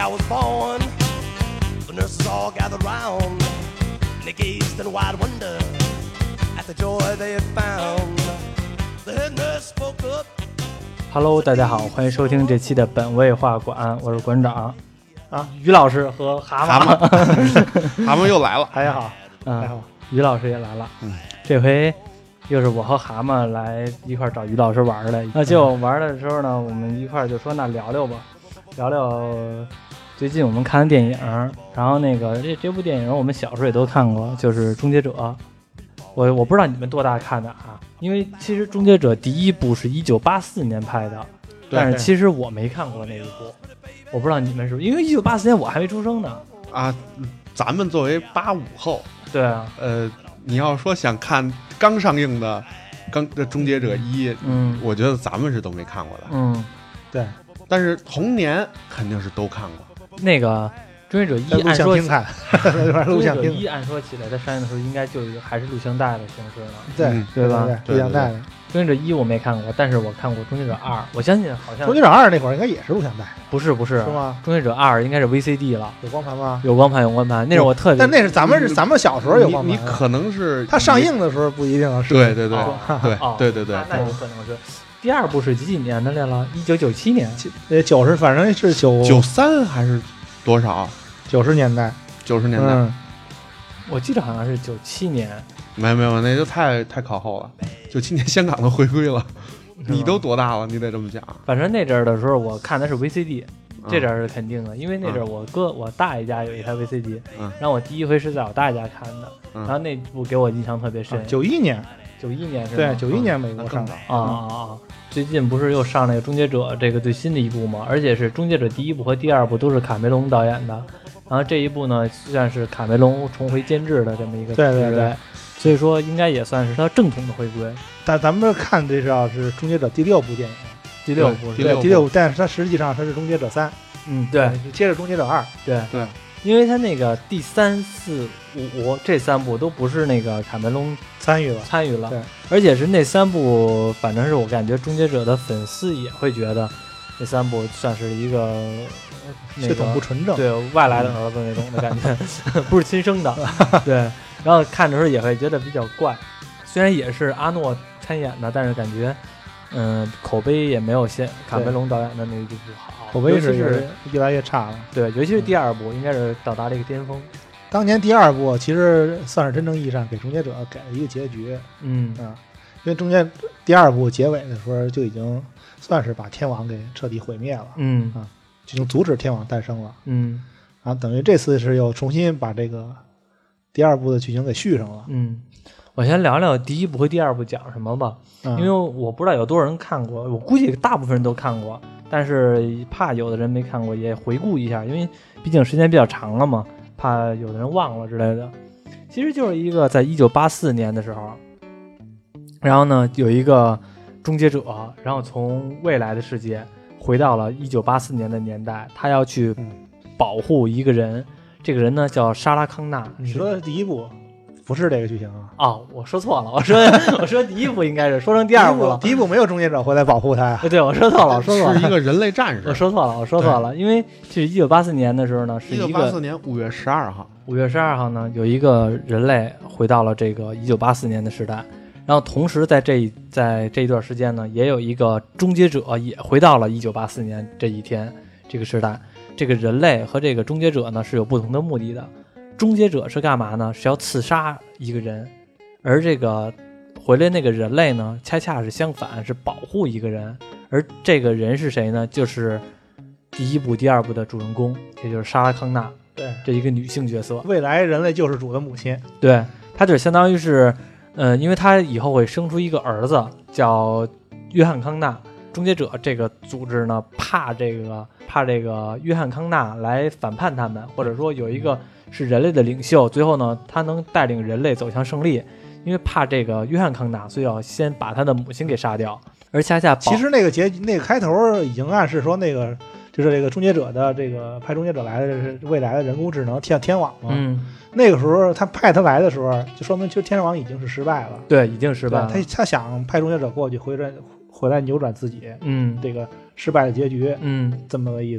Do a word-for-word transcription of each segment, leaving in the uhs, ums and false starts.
I was born, the nurses all gathered round, and they gazed in wide wonder at the joy they had found. The head nurse spoke up.Hello， 大家好，欢迎收听这期的本位画馆，我是馆长啊，于老师和蛤蟆， 蛤蟆，蛤蟆又来了， 大家好，还好，于老师也来了，嗯，这回又是我和蛤蟆来一块找于老师玩的，那就玩的时候呢，我们一块就说那聊聊吧，聊聊最近我们看的电影，然后那个这这部电影我们小时候也都看过，就是《终结者》。我我不知道你们多大看的啊，因为其实《终结者》第一部是一九八四年拍的，但是其实我没看过那一部，我不知道你们是不是，因为一九八四年我还没出生呢。 啊，咱们作为八五后， 对啊， 呃，你要说想看刚上映的刚的《终结者一》， 嗯， 我觉得咱们是都没看过的， 嗯，对， 但是童年肯定是都看过。 那个。终结者一按说看， 终结者一按说起来，在上映的时候应该就还是录像带的形式了， 对、 嗯、对吧？ 录像带的。 终结者一我没看过，但是我看过终结者二，我相信好像终结者二那会儿应该也是录像带， 不是不是是吗？ 终结者二应该是 V C D 了， 有光盘吗？ 有光盘有光盘，那是我特别， 但那是咱们是咱们小时候有光盘， 你, 你可能是它上映的时候不一定是， 对对对、 哦、 对、 哦、 对对对， 那有可能是。第二部是几几年的来了？一九九七年， 呃，九十，反正是九九三还是多少？ 九十年代， 九十年代、嗯， 我记得好像是九七年。 没有没有，那就太太靠后了。九七年香港都回归了，你都多大了？你得这么讲。 反正那阵的时候，我看的是 V C D，、嗯、这阵是肯定的，因为那阵我哥、嗯、我大爷家有一台 V C D，、嗯、然后我第一回是在我大爷家看的，嗯、然后那部给我印象特别深。 九、啊、一年， 九一年是吧？ 对，九一年美国上的啊啊啊！最近不是又上那个《终结者》这个最新的一部吗？而且是《终结者》第一部和第二部都是卡梅隆导演的。然后这一部呢，算是卡梅隆重回监制的这么一个， 对对对， 所以说应该也算是他正统的回归。 但咱们看这是是《终结者》第六部电影， 第六部， 对，第六部，但是它实际上它是《终结者三》， 嗯，对， 接着《终结者二》， 对对， 因为他那个第三、四、五这三部都不是那个卡梅隆参与了， 参与了， 对， 而且是那三部，反正是我感觉《终结者》的粉丝也会觉得那三部算是一个。那个、 血统不纯正， 对外来的儿子那种的感觉，不是亲生的，对。然后看的时候也会觉得比较怪，虽然也是阿诺参演的，但是感觉，嗯、呃，口碑也没有现卡梅隆导演的那一部好， 口碑是越来越差了。 对，尤其是第二部，应该是到达了一个巅峰。 当年第二部其实算是真正意义上给终结者给了一个结局， 嗯啊，因为中间第二部结尾的时候就已经算是把天网给彻底毁灭了， 嗯啊。就能阻止天网诞生了， 嗯， 然后等于这次是又重新把这个第二部的剧情给续上了。 嗯，我先聊聊第一部和第二部讲什么吧， 嗯、 因为我不知道有多少人看过，我估计大部分人都看过，但是怕有的人没看过，也回顾一下，因为毕竟时间比较长了嘛，怕有的人忘了之类的。其实就是一个在一九八四年的时候，然后呢有一个终结者，然后从未来的世界。回到了一九八四年的年代，他要去保护一个人，嗯、这个人呢叫莎拉康纳。 你说的第一部不是这个剧情啊？ 哦，我说错了，我说我说第一部应该是说成第二部了。 第一部没有终结者回来保护他呀？ 对，我说错了，我说错了， 是一个人类战士。 我说错了，我说错了，因为是一九八四年的时候呢，是一个一九八四年五月十二号， 五月十二号呢，有一个人类回到了这个一九八四年的时代。然后同时在这在这一段时间呢，也有一个终结者也回到了一九八四年这一天这个时代。这个人类和这个终结者呢是有不同的目的的。终结者是干嘛呢？是要刺杀一个人，而这个回来那个人类呢，恰恰是相反，是保护一个人。而这个人是谁呢？就是第一部、第二部的主人公，也就是莎拉康纳， 对， 这一个女性角色。 未来人类救世主的母亲， 对，她就相当于是。呃，因为他以后会生出一个儿子，叫约翰康纳。终结者这个组织呢，怕这个怕这个约翰康纳来反叛他们，或者说有一个是人类的领袖，最后呢，他能带领人类走向胜利。因为怕这个约翰康纳，所以要先把他的母亲给杀掉。而恰恰其实那个结那个开头已经暗示说，那个就是这个终结者的这个派终结者来的是未来的人工智能像天网嘛。 嗯。 那个时候他派他来的时候，就说明其实天网已经是失败了。 对，已经失败了。 他他想派终结者过去回转回来扭转自己， 嗯， 这个失败的结局， 嗯， 这么个意思。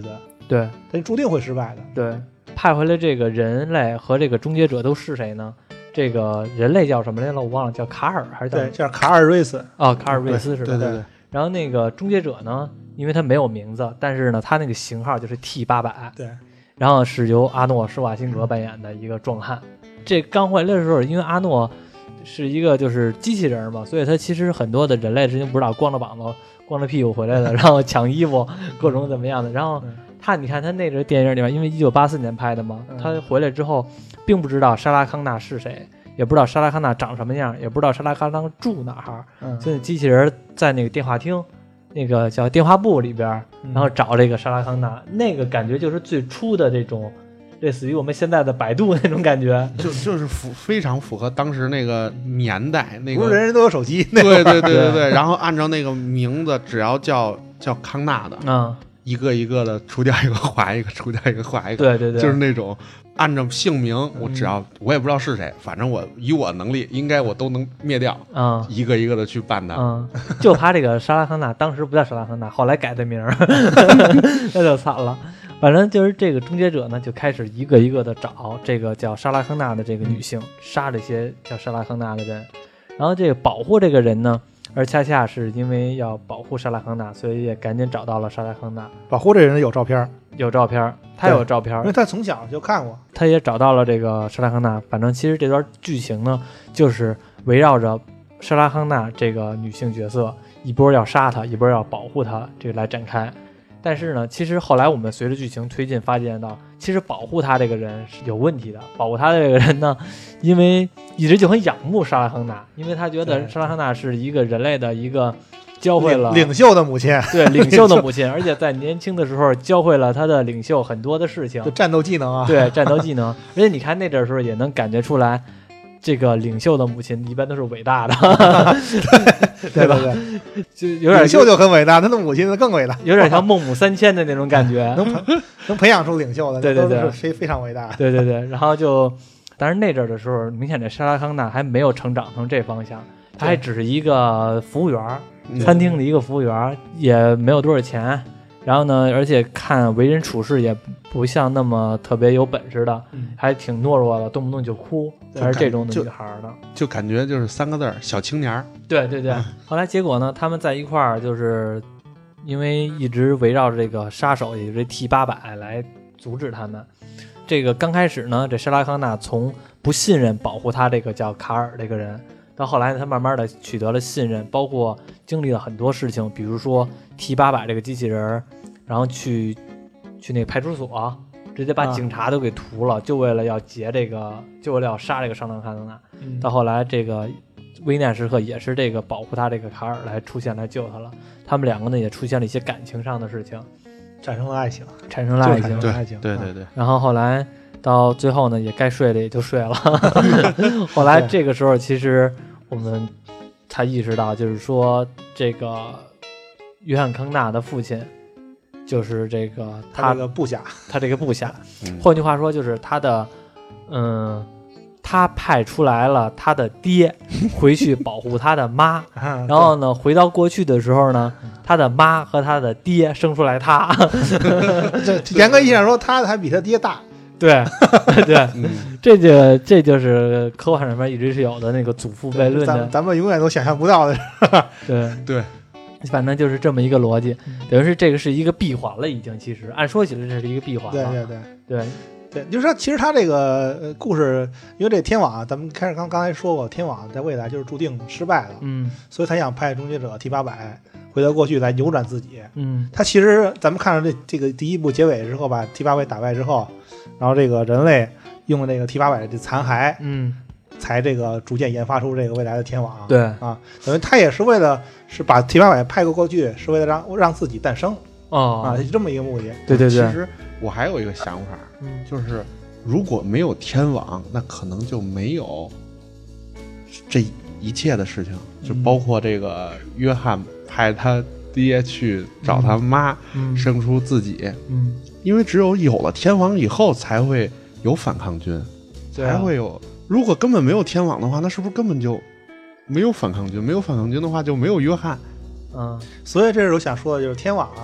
对他注定会失败的。 对，派回来这个人类和这个终结者都是谁呢？这个人类叫什么来了？我忘了，叫卡尔还是叫对，叫卡尔瑞斯。 哦，卡尔瑞斯是吧？ 对对对。 然后那个终结者呢，因为他没有名字，但是呢，他那个型号就是 T 八百。 对。 然后是由阿诺·施瓦辛格扮演的一个壮汉。这刚回来的时候，因为阿诺是一个就是机器人嘛，所以他其实很多的人类之前不知道光着膀子、光着屁股回来的，然后抢衣服，各种怎么样的。然后他，你看他那个电影里面，因为一九八四年拍的嘛，他回来之后并不知道莎拉康纳是谁，也不知道莎拉康纳长什么样，也不知道莎拉康纳住哪儿。嗯，所以机器人在那个电话厅。那个叫电话簿里边，然后找这个莎拉康纳，嗯、那个感觉就是最初的这种，类似于我们现在的百度那种感觉， 就就是符非常符合当时那个年代，那个不是人人都有手机， 对对对对对，然后按照那个名字，只要叫叫康纳的， 嗯， 一个一个的除掉一个划一个，除掉一个划一个， 对对对， 就是那种。按照姓名，我只要、嗯、我也不知道是谁，反正我以我能力，应该我都能灭掉。 嗯， 一个一个的去办他。 嗯，就怕这个莎拉康纳当时不叫莎拉康纳，后来改的名儿，那就惨了。反正就是这个终结者呢，就开始一个一个的找这个叫莎拉康纳的这个女性，杀这些叫莎拉康纳的人，然后这个保护这个人呢。而恰恰是因为要保护莎拉康纳，所以也赶紧找到了莎拉康纳。 保护这人有照片， 有照片，他有照片， 因为他从小就看过。 他也找到了这个莎拉康纳。反正其实这段剧情呢，就是围绕着莎拉康纳这个女性角色，一波要杀她，一波要保护她，这个来展开。但是呢，其实后来我们随着剧情推进，发现到其实保护他这个人是有问题的。保护他这个人呢，因为一直就很仰慕莎拉康纳，因为他觉得莎拉康纳是一个人类的一个教会了领袖的母亲， 对领袖的母亲，而且在年轻的时候教会了他的领袖很多的事情， 就战斗技能啊， 对战斗技能。而且你看那阵儿时候也能感觉出来。这个领袖的母亲一般都是伟大的，对吧？就有点领袖就很伟大，他的母亲更伟大， 有点像孟母三迁的那种感觉， 能培能培养出领袖的， 对对对， 都是非非常伟大。 对对对，然后就，当然那阵儿的时候，明显这莎拉康纳还没有成长成这方向，他还只是一个服务员，餐厅的一个服务员，也没有多少钱。然后呢，而且看为人处事也不像那么特别有本事的，嗯、还挺懦弱的，动不动就哭，还是这种的女孩的， 就感觉就是三个字儿小青年。 对对对、嗯，后来结果呢，他们在一块儿，就是因为一直围绕着这个杀手，也就是 T 八百来阻止他们。这个刚开始呢，这莎拉康纳从不信任保护他这个叫卡尔这个人，到后来他慢慢的取得了信任，包括经历了很多事情，比如说 T 八百这个机器人，然后去去那个派出所，直接把警察都给屠了，啊、就为了要劫这个，就为了要杀这个莎拉康纳。嗯、到后来这个危难时刻也是这个保护他这个卡尔来出现来救他了，他们两个呢也出现了一些感情上的事情， 产生了爱情， 产生了爱情， 对爱情， 对对对。 然后后来到最后呢，也该睡的也就睡了。后来这个时候，其实我们才意识到，就是说这个约翰康纳的父亲。就是这个他这个部下， 他这个部下，嗯、换句话说就是他的，嗯，他派出来了他的爹回去保护他的妈，然后呢，回到过去的时候呢，他的妈和他的爹生出来他， 这严格意义上说，他还比他爹大。 对对，嗯、这就这就是科幻上面一直是有的那个祖父悖论的， 咱咱们永远都想象不到的。 对对。 反正就是这么一个逻辑，等于是这个是一个闭环了，已经。其实按说起来，这是一个闭环了。 对对对对对，就是说，其实他这个故事，因为这天网，咱们开始刚刚才说过，天网在未来就是注定失败了， 嗯， 所以他想派终结者 T 八百回到过去来扭转自己。 嗯， 他其实咱们看到这这个第一部结尾之后，把 T 八百打败之后，然后这个人类用的那个 T 八百的残骸， 嗯。 才这个逐渐研发出这个未来的天网， 对啊，等于他也是为了是把 T 八百派过过去，是为了让让自己诞生哦啊，是这么一个目的。 对对对， 其实我还有一个想法， 嗯， 就是如果没有天网，那可能就没有这一切的事情，嗯、就包括这个约翰派他爹去找他妈， 嗯、 生出自己， 嗯， 因为只有有了天网以后，才会有反抗军， 对啊、 才会有。如果根本没有天网的话，那是不是根本就没有反抗军？没有反抗军的话，就没有约翰。 嗯，所以这是我想说的，就是天网、啊，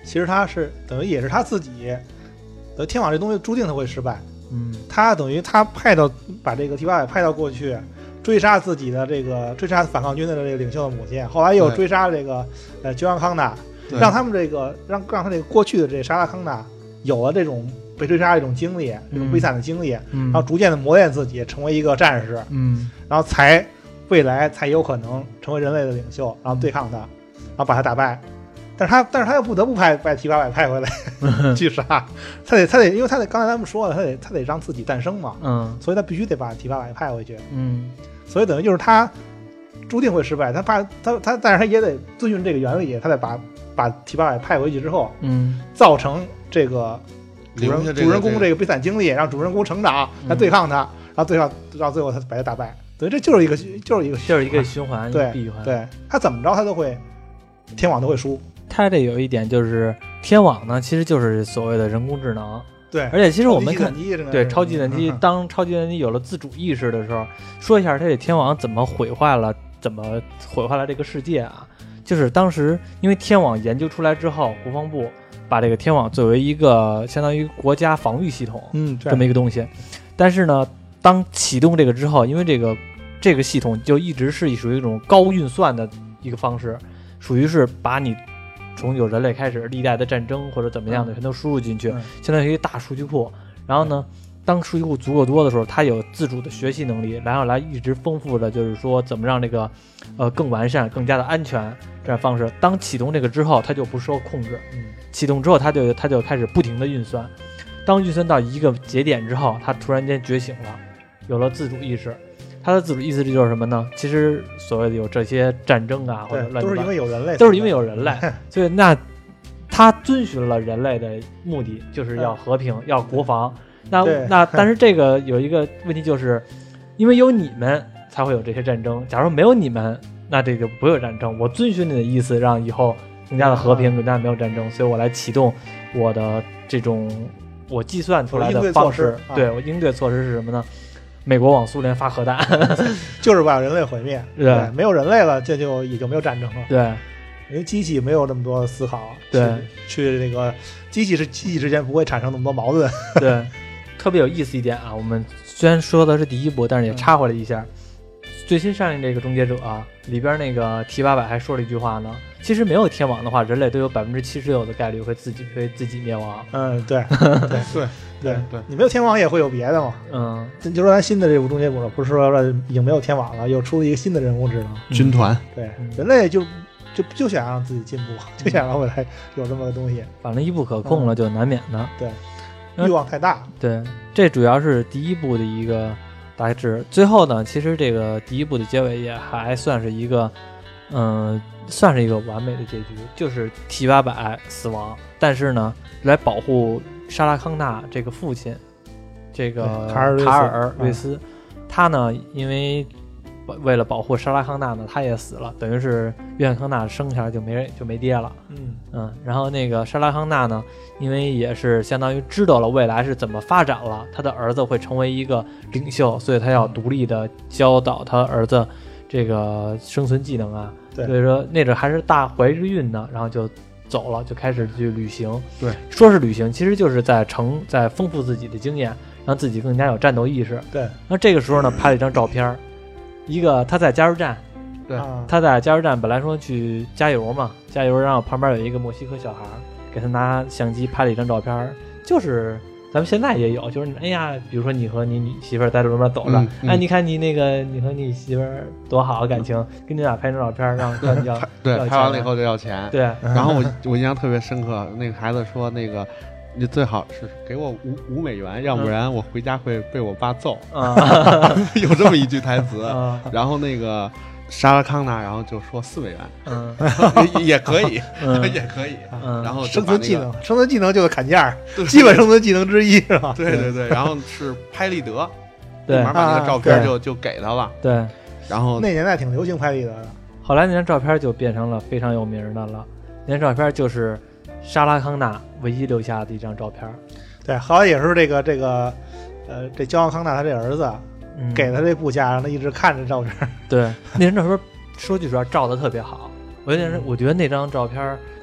其实他是等于也是他自己，等于天网这东西注定他会失败。 嗯他等于他派到把这个 T 八百派到过去，追杀自己的这个追杀反抗军的这个领袖的母亲，后来又追杀这个呃吉昂康纳，让他们这个让让他这个过去的这沙拉康纳有了这种被追杀的这种经历，这种悲惨的经历， 嗯、 然后逐渐的磨练自己，成为一个战士， 嗯， 然后才未来才有可能成为人类的领袖，然后对抗他，然后把他打败。但是他但是他又不得不派把 T 八百派回来去杀，他得他得，因为他得刚才咱们说了，他得他得让自己诞生嘛， 嗯， 所以他必须得把 T 八百派回去， 嗯， 所以等于就是他注定会失败，他怕他他，但是他也得遵循这个原理，他得把把 T 八百派回去之后， 嗯， 造成这个主人、 这个、 主人公这个悲惨经历，让主人公成长，来对抗他，然后对抗到最后他把他打败，等于这就是一个就是一个就是一个循环， 对闭环， 对，他怎么着他都会天网都会输。 它这有一点就是天网呢，其实就是所谓的人工智能。 对， 而且其实我们看对超级计算机， 嗯、 当超级计算机有了自主意识的时候，说一下它这天网怎么毁坏了，怎么毁坏了这个世界啊？就是当时因为天网研究出来之后，国防部把这个天网作为一个相当于国家防御系统， 嗯， 这么一个东西。但是呢，当启动这个之后，因为这个这个系统就一直是属于一种高运算的一个方式，属于是把你从有人类开始历代的战争或者怎么样的全都输入进去， 嗯、 相当于一个大数据库。然后呢，当数据库足够多的时候，它有自主的学习能力，然后来一直丰富的就是说怎么让这个呃更完善、更加的安全这样方式。当启动这个之后，它就不受控制。 嗯， 启动之后，它就它就开始不停的运算。当运算到一个节点之后，它突然间觉醒了，有了自主意识。它的自主意识就是什么呢？其实所谓的有这些战争啊，或者乱七八糟， 都是因为有人类， 都是因为有人类。所以那它遵循了人类的目的，就是要和平，嗯、要国防。那那但是这个有一个问题，就是因为有你们才会有这些战争。假如没有你们，那这就不会有战争。我遵循你的意思，让以后更加的和平，更加的没有战争。所以我来启动我的这种我计算出来的方式。 我对我应对措施是什么呢？美国往苏联发核弹， 就是把人类毁灭。 对， 对没有人类了，这就也就没有战争了。 对， 因为机器没有那么多思考。 对， 去那个机器是机器之间不会产生那么多矛盾。 对，特别有意思一点啊，我们虽然说的是第一部，但是也插回来一下。嗯、最新上映这个《终结者》啊，里边那个 T 八百还说了一句话呢。其实没有天网的话，人类都有百分之七十六的概率会自己会自己灭亡。 嗯，对，对对对对， 你没有天网也会有别的嘛。 嗯， 就说咱新的这部《终结者》，不是说已经没有天网了，又出了一个新的人工智能军团。 对，人类就就就想让自己进步，就想让未来有这么个东西。 反正一不可控了，就难免的。 嗯、对，欲望太大。 对，这主要是第一部的一个大致。最后呢，其实这个第一部的结尾也还算是一个，嗯、呃。算是一个完美的结局，就是 T 八百死亡，但是呢，来保护沙拉康纳这个父亲，这个卡尔卡尔瑞斯，嗯、他呢，因为为了保护沙拉康纳呢，他也死了，等于是约翰康纳生下来就没就没爹了。 嗯嗯，然后那个沙拉康纳呢，因为也是相当于知道了未来是怎么发展了，他的儿子会成为一个领袖，所以他要独立的教导他儿子这个生存技能啊。 对， 所以说那阵还是大怀着孕呢，然后就走了，就开始去旅行。 对， 说是旅行，其实就是在成在丰富自己的经验，让自己更加有战斗意识。 对， 那这个时候呢，拍了一张照片，一个他在加油站， 对， 他在加油站本来说去加油嘛，加油，然后旁边有一个墨西哥小孩给他拿相机拍了一张照片，就是咱们现在也有，就是哎呀，比如说你和你女媳妇在路边走着， 嗯嗯、 哎，你看你那个你和你媳妇多好感情，给你俩拍张照片，让说你要对， 要拍完了以后就要钱。 对， 然后我我印象特别深刻，那个孩子说那个。你最好是给我五五美元，要不然我回家会被我爸揍。 啊、 嗯，有这么一句台词。 啊、 然后那个沙拉康纳，然后就说四美元， 嗯， 也可以， 嗯、 也可以。 嗯、 然后、那个、 生存技能，生存技能就是砍价，基本生存技能之一是吧？ 对对对。然后是拍立得， 对， 立马把那个照片就、啊、就给他了。 对。 然后那年代挺流行拍立得的， 后来那张照片就变成了非常有名的了。那张照片就是沙拉康纳唯一留下的一张照片。 对，后来也是这个这个，呃，这焦康纳他这儿子、嗯、给他这部下，让他一直看着照片。 对，那张照片说句实话照的特别好。我有点，我觉得那张照片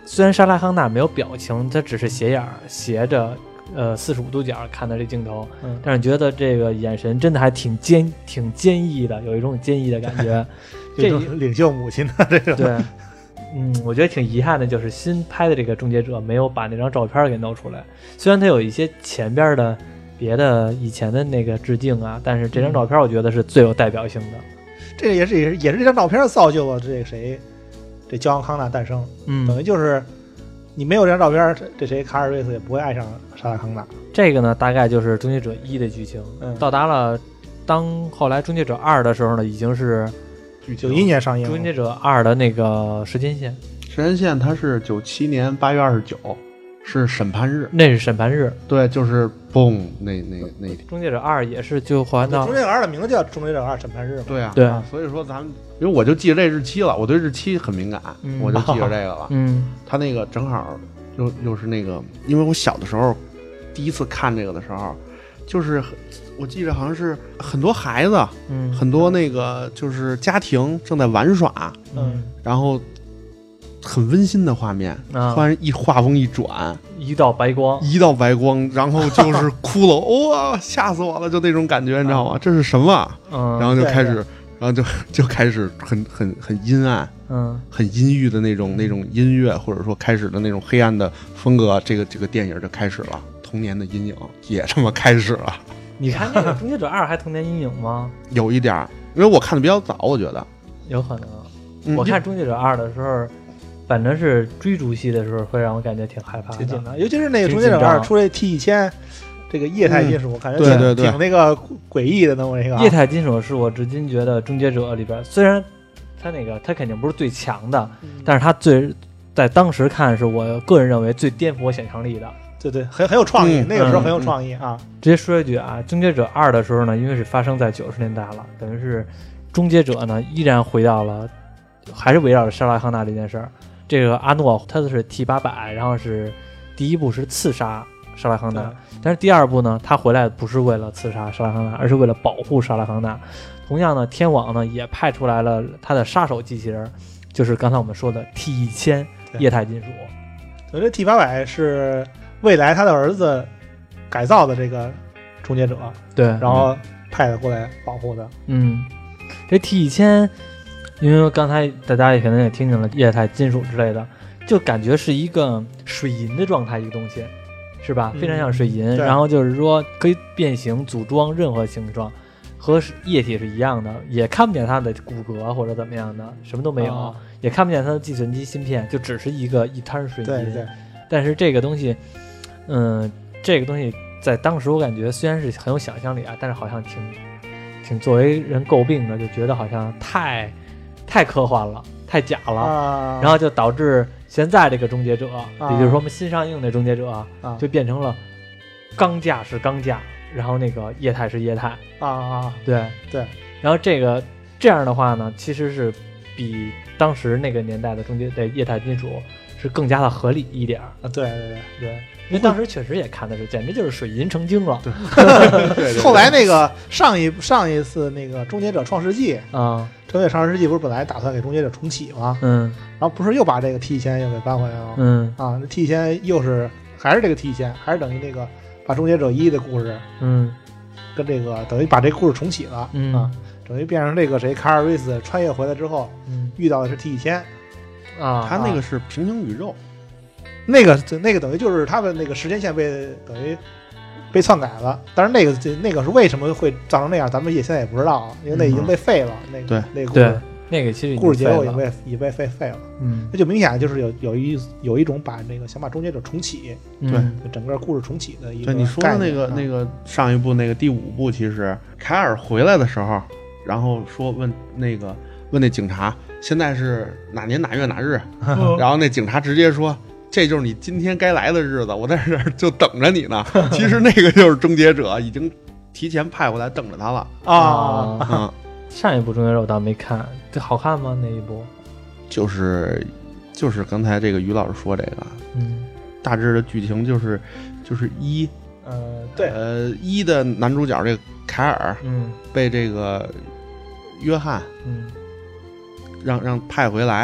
虽然莎拉康纳没有表情，他只是斜眼斜着呃四十五度角看的这镜头， 嗯， 但是觉得这个眼神真的还挺坚挺坚毅的，有一种坚毅的感觉。 这种领袖母亲的这种对。嗯，我觉得挺遗憾的，就是新拍的这个终结者没有把那张照片给弄出来。虽然它有一些前边的别的以前的那个致敬啊，但是这张照片我觉得是最有代表性的。 这个也是也是也是这张照片造就了这谁，这焦康纳诞生。 嗯， 等于就是你没有这张照片，这这谁卡尔瑞斯也不会爱上莎拉康纳。 这个呢，大概就是终结者一的剧情， 嗯， 到达了当后来终结者二的时候呢，已经是九一年上映， 终结者二的那个时间线。 时间线它是九七年八月二十九，是审判日， 那是审判日。 对，就是嘣，那那那天。 终结者二也是就还到终结者二的名字叫终结者二审判日嘛。 对啊， 对啊，所以说咱们，因为我就记着这日期了，我对日期很敏感， 嗯、 我就记着这个了。 嗯， 他那个正好又又是那个，因为我小的时候第一次看这个的时候，就是我记着好像是很多孩子， 嗯， 很多那个就是家庭正在玩耍， 嗯， 然后很温馨的画面， 啊、 突然一画风一转， 一道白光， 一道白光，然后就是哭了，哇、哦，吓死我了，就那种感觉，你知道吗？这是什么？ 嗯， 然后就开始，然后就就开始很很很阴暗， 嗯， 很阴郁的那种那种音乐，或者说开始的那种黑暗的风格，这个这个电影就开始了，童年的阴影也这么开始了。 你看那个《终结者二》还童年阴影吗？ 有一点，因为我看的比较早，我觉得有可能。 嗯、 我看《终结者二》的时候，反正是追逐戏的时候，会让我感觉挺害怕的， 挺紧张。尤其是那个《终结者二》出这 T 一千，这个液态金属， 嗯、 感觉对对对， 挺那个诡异的那么一个。 液态金属是我至今觉得《终结者》里边，虽然它那个它肯定不是最强的， 嗯、 但是它最在当时看是我个人认为最颠覆我想象力的。 对对，很很有创意、 嗯， 那个时候很有创意、嗯、啊！ 直接说一句啊，《终结者二》的时候呢，因为是发生在九十年代了，等于是终结者呢依然回到了，还是围绕着莎拉康纳这件事儿。这个阿诺他是 T 八百，然后是第一部是刺杀莎拉康纳，但是第二部呢，他回来不是为了刺杀莎拉康纳，而是为了保护莎拉康纳。同样呢，天网呢也派出来了他的杀手机器人，就是刚才我们说的 T 一千液态金属。 我觉得 T 八百是未来他的儿子改造的这个终结者， 对， 然后派他过来保护的。 嗯，这 T 一千，因为刚才大家也可能也听见了液态金属之类的，就感觉是一个水银的状态，一个东西，是吧？ 嗯、 非常像水银， 然后就是说可以变形、组装任何形状，和液体是一样的，也看不见它的骨骼或者怎么样的，什么都没有， 哦、 也看不见它的计算机芯片，就只是一个一滩水银。 对对。 但是这个东西，嗯，这个东西在当时我感觉虽然是很有想象力啊，但是好像挺挺作为人诟病的，就觉得好像太太科幻了，太假了， 啊、 然后就导致现在这个终结者， 啊、 也就是说我们新上映的终结者， 啊、 就变成了钢架是钢架，然后那个液态是液态啊， 对对， 然后这个这样的话呢，其实是比当时那个年代的终结的液态金属是更加的合理一点啊，对对对对，因为当时确实也看的是，简直就是水银成精了。 对，对对对， 后来那个上一上一次那个终结者创世纪啊， 终结者创世纪不是本来打算给终结者重启吗？ 嗯， 然后不是又把这个 T 一千又给搬回来了？ 嗯啊，那 T 一千又是还是这个 T 一千，还是等于那个把终结者一的故事， 嗯， 跟这个等于把这故事重启了， 嗯啊，等于变成这个谁卡尔瑞斯穿越回来之后， 嗯， 遇到的是 T 一千啊， 他那个是平行宇宙。 那个那个等于就是他们那个时间线被等于被篡改了，但是那个那个是为什么会造成那样，咱们也现在也不知道，因为那已经被废了。嗯、那个对那个故事那个其实故事结构已经被已被废废了。 嗯， 那就明显就是有有一有一种把那个想把终结者重启， 嗯、 对，整个故事重启的一个。 对你说的那个、 啊、 那个上一部那个第五部，其实凯尔回来的时候，然后说问那个问那警察现在是哪年哪月哪日，然后那警察直接说。这就是你今天该来的日子，我在这儿就等着你呢。其实那个就是终结者，已经提前派过来等着他了啊。 嗯， 上一部终结者我倒没看，这好看吗？那一部？ 就是就是刚才这个于老师说这个， 嗯， 大致的剧情就是就是一， 呃，对， 呃，一的男主角这个凯尔， 嗯， 被这个约翰， 嗯， 让让派回来。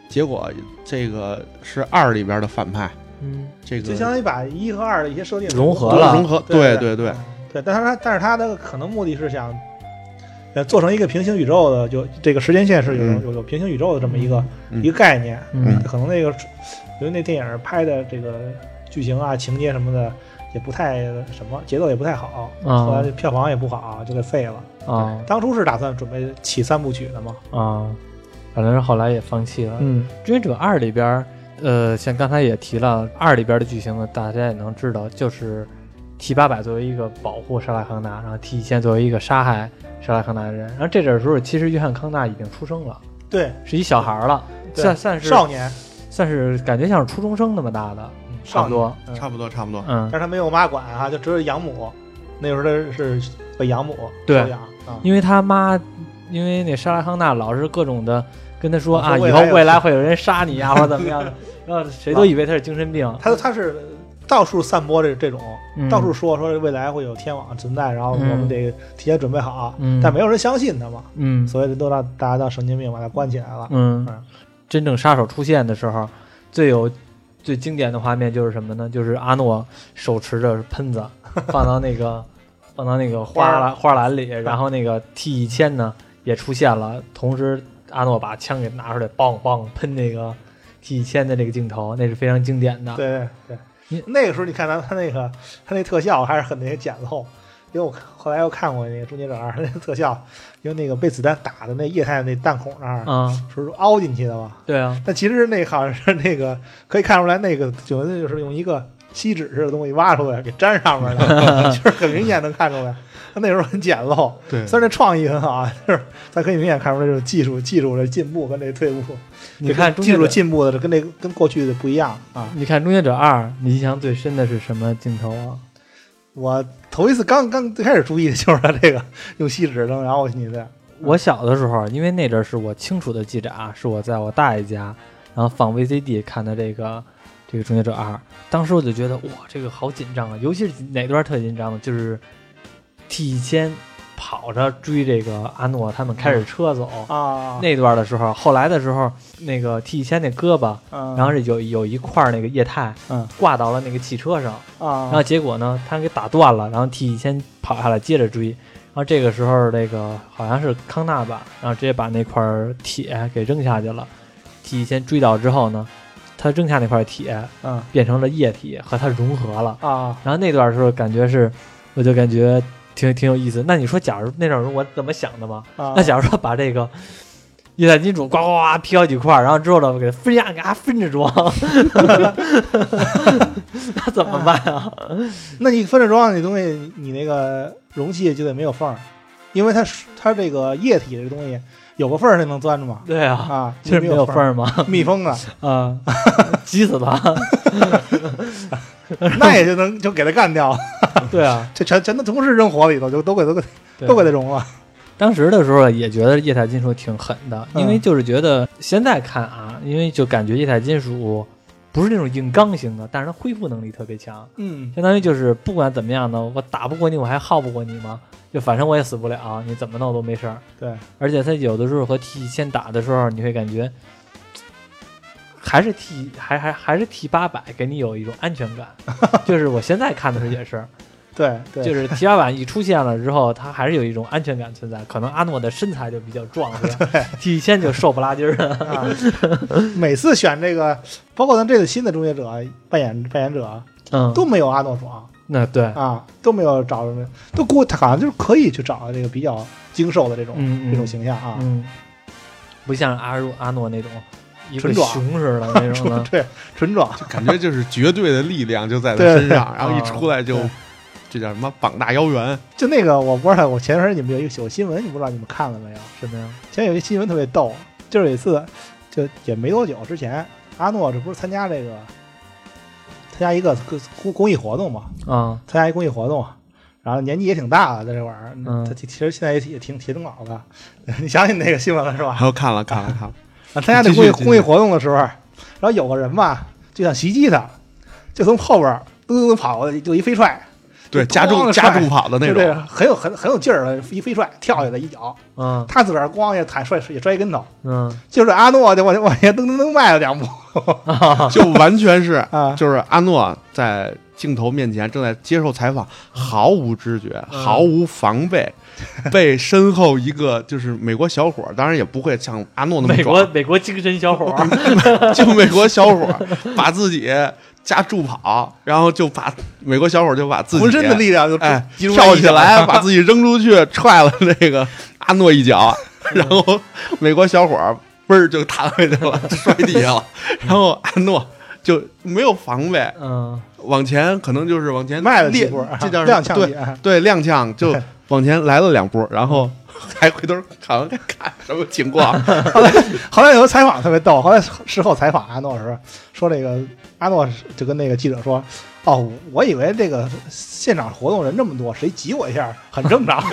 结果这个是二里边的反派， 嗯， 这个就相当于把一和二的一些设定融合了融合， 对对对对，但是他但是他的可能目的是想，呃，做成一个平行宇宙的，就这个时间线是有、 嗯、 有有平行宇宙的这么一个、 嗯、 一个概念。 嗯， 可能那个因为那电影拍的这个剧情啊、情节什么的也不太什么，节奏也不太好， 啊、 后来票房也不好，就给废了。 啊， 当初是打算准备起三部曲的嘛。 啊，反正是后来也放弃了。 嗯， 《终结者二》里边，呃，像刚才也提了，二里边的剧情呢，大家也能知道，就是 T 八百作为一个保护沙拉康纳，然后 T 一千作为一个杀害沙拉康纳的人。然后这阵时候，其实约翰康纳已经出生了， 对， 是一小孩了，算算是少年， 算是感觉像是初中生那么大的，嗯、差不多、 嗯， 差不多，差不多。 嗯， 但是他没有妈管啊，就只有养母。那时候他是被养母对收养啊， 因为他妈，因为那沙拉康纳老是各种的跟他说啊， 以后未来会有人杀你啊，或者怎么样的，然后谁都以为他是精神病。 他他是到处散播这这种， 嗯、 到处说说未来会有天网存在，然后我们得提前准备好， 嗯、 但没有人相信他嘛， 嗯， 所以都让大家当神经病把他关起来了。 嗯， 嗯真正杀手出现的时候，最有最经典的画面就是什么呢？就是阿诺手持着喷子放到那个放到那个花篮花篮里，然后那个 T 一千呢也出现了，同时阿诺把枪给拿出来，梆梆喷那个 T 一千的这个镜头，那是非常经典的。 对对对，那个时候你看他他那个他那特效还是很那个简陋，因为我后来又看过那个《终结者二》那个特效，因为那个被子弹打的那液态那弹孔那儿啊， 是凹进去的嘛。 对啊， 但其实那好像是那个可以看出来，那个就就是用一个锡纸似的东西挖出来给粘上面的，就是很明显能看出来。他那时候很简陋， 对， 虽然这创意很好啊，就是咱可以明显看出来这种技术技术的进步跟这退步。 你看技术进步的跟那跟过去的不一样啊！ 你看《终结者二》，你印象最深的是什么镜头啊？ 我头一次刚刚最开始注意的就是他这个用锡纸扔，然后你的。 我小的时候，因为那阵是我清楚的记着啊，是我在我大爷家，然后放 V C D 看的这个这个《终结者二》，当时我就觉得哇，这个好紧张啊！尤其是哪段特紧张呢？就是 T 一千跑着追这个阿诺他们开着车走、 嗯、啊， 那段的时候，后来的时候，那个 T 一千那胳膊， 嗯、 然后是有有一块那个液态， 嗯， 挂到了那个汽车上啊， 然后结果呢，他给打断了，然后 T 一千跑下来接着追。然后这个时候，那个好像是康纳吧，然后直接把那块铁给扔下去了。T 一千追到之后呢，他扔下那块铁， 嗯， 变成了液体，和它融合了啊。 然后那段时候感觉是，我就感觉挺挺有意思。那你说，假如那段时候我怎么想的嘛？ 啊、 那假如说把这个液态金属呱呱呱劈好几块，然后之后呢，给它分下，给它分着装，那怎么办啊？ 那你分着装那东西，你那个容器就得没有缝儿，因为它它这个液体这个东西有个缝儿才能钻着嘛。 对啊， 啊， 就是没有缝儿嘛， 密封的啊，急死他， 那也就能就给它干掉。 对啊， 这全全都同时扔火里头，就都给都给都给它融了。 当时的时候也觉得液态金属挺狠的，因为就是觉得现在看啊，因为就感觉液态金属不是那种硬刚型的，但是它恢复能力特别强。 嗯， 相当于就是不管怎么样呢，我打不过你，我还耗不过你吗？就反正我也死不了，你怎么弄都没事儿。 对， 而且它有的时候和 T 一千打的时候，你会感觉还是 T 还还还是 T 八百给你有一种安全感。就是我现在看的时候也是。 对对， 就是 T 八百一出现了之后，它还是有一种安全感存在。可能阿诺的身材就比较壮，是吧？ T 一千就瘦不拉几儿的、 啊。每次选这个，包括咱这次新的终结者扮演扮演者， 嗯， 都没有阿诺爽。 那对啊，都没有找着，都估他好像就是可以去找这个比较精瘦的这种、 嗯嗯、 这种形象啊， 嗯，不像阿如阿诺那种一个纯壮熊似的那种的， 对，纯壮， 就感觉就是绝对的力量就在他身上，然后一出来就。这叫什么膀大腰圆？ 就那个我不知道，我前段时间你们有一个有新闻，你不知道你们看了没有？ 什么呀？ 前有一新闻特别逗，就是有一次，就也没多久之前，阿诺这不是参加这个参加一个公公益活动嘛？ 啊， 参加一公益活动，然后年纪也挺大了，在这玩意儿， 嗯， 他其实现在也也挺挺老的。你想起那个新闻了是吧？ 我看了看了看了。 啊，参加这公益公益活动的时候，然后有个人吧，就想袭击他，就从后边噔噔噔跑，就一飞踹。 对，加重加重跑的那种， 对，很有很很有劲儿的，一飞踹跳下来一脚， 嗯， 他自个儿咣也踩摔也摔一跟头， 嗯， 就是阿诺就往往前噔噔噔迈了两步， 就完全是啊， 就是阿诺在镜头面前正在接受采访，毫无知觉， 嗯、 毫无防备，被身后一个就是美国小伙，当然也不会像阿诺那么美国美国精神小伙， 就美国小伙把自己加助跑，然后就把美国小伙就把自己浑身的力量就哎跳起来，把自己扔出去，踹了那个阿诺一脚，然后美国小伙嘣儿就弹回去了，摔地下了，然后阿诺就没有防备， 嗯， 往前可能就是往前迈了几步， 这叫踉跄， 对对，踉跄就往前来了两步，然后还回头看看看什么情况。 后来后来有个采访特别逗，后来事后采访阿诺时说，这个阿诺就跟那个记者说：“哦，我以为这个现场活动人这么多，谁挤我一下很正常。”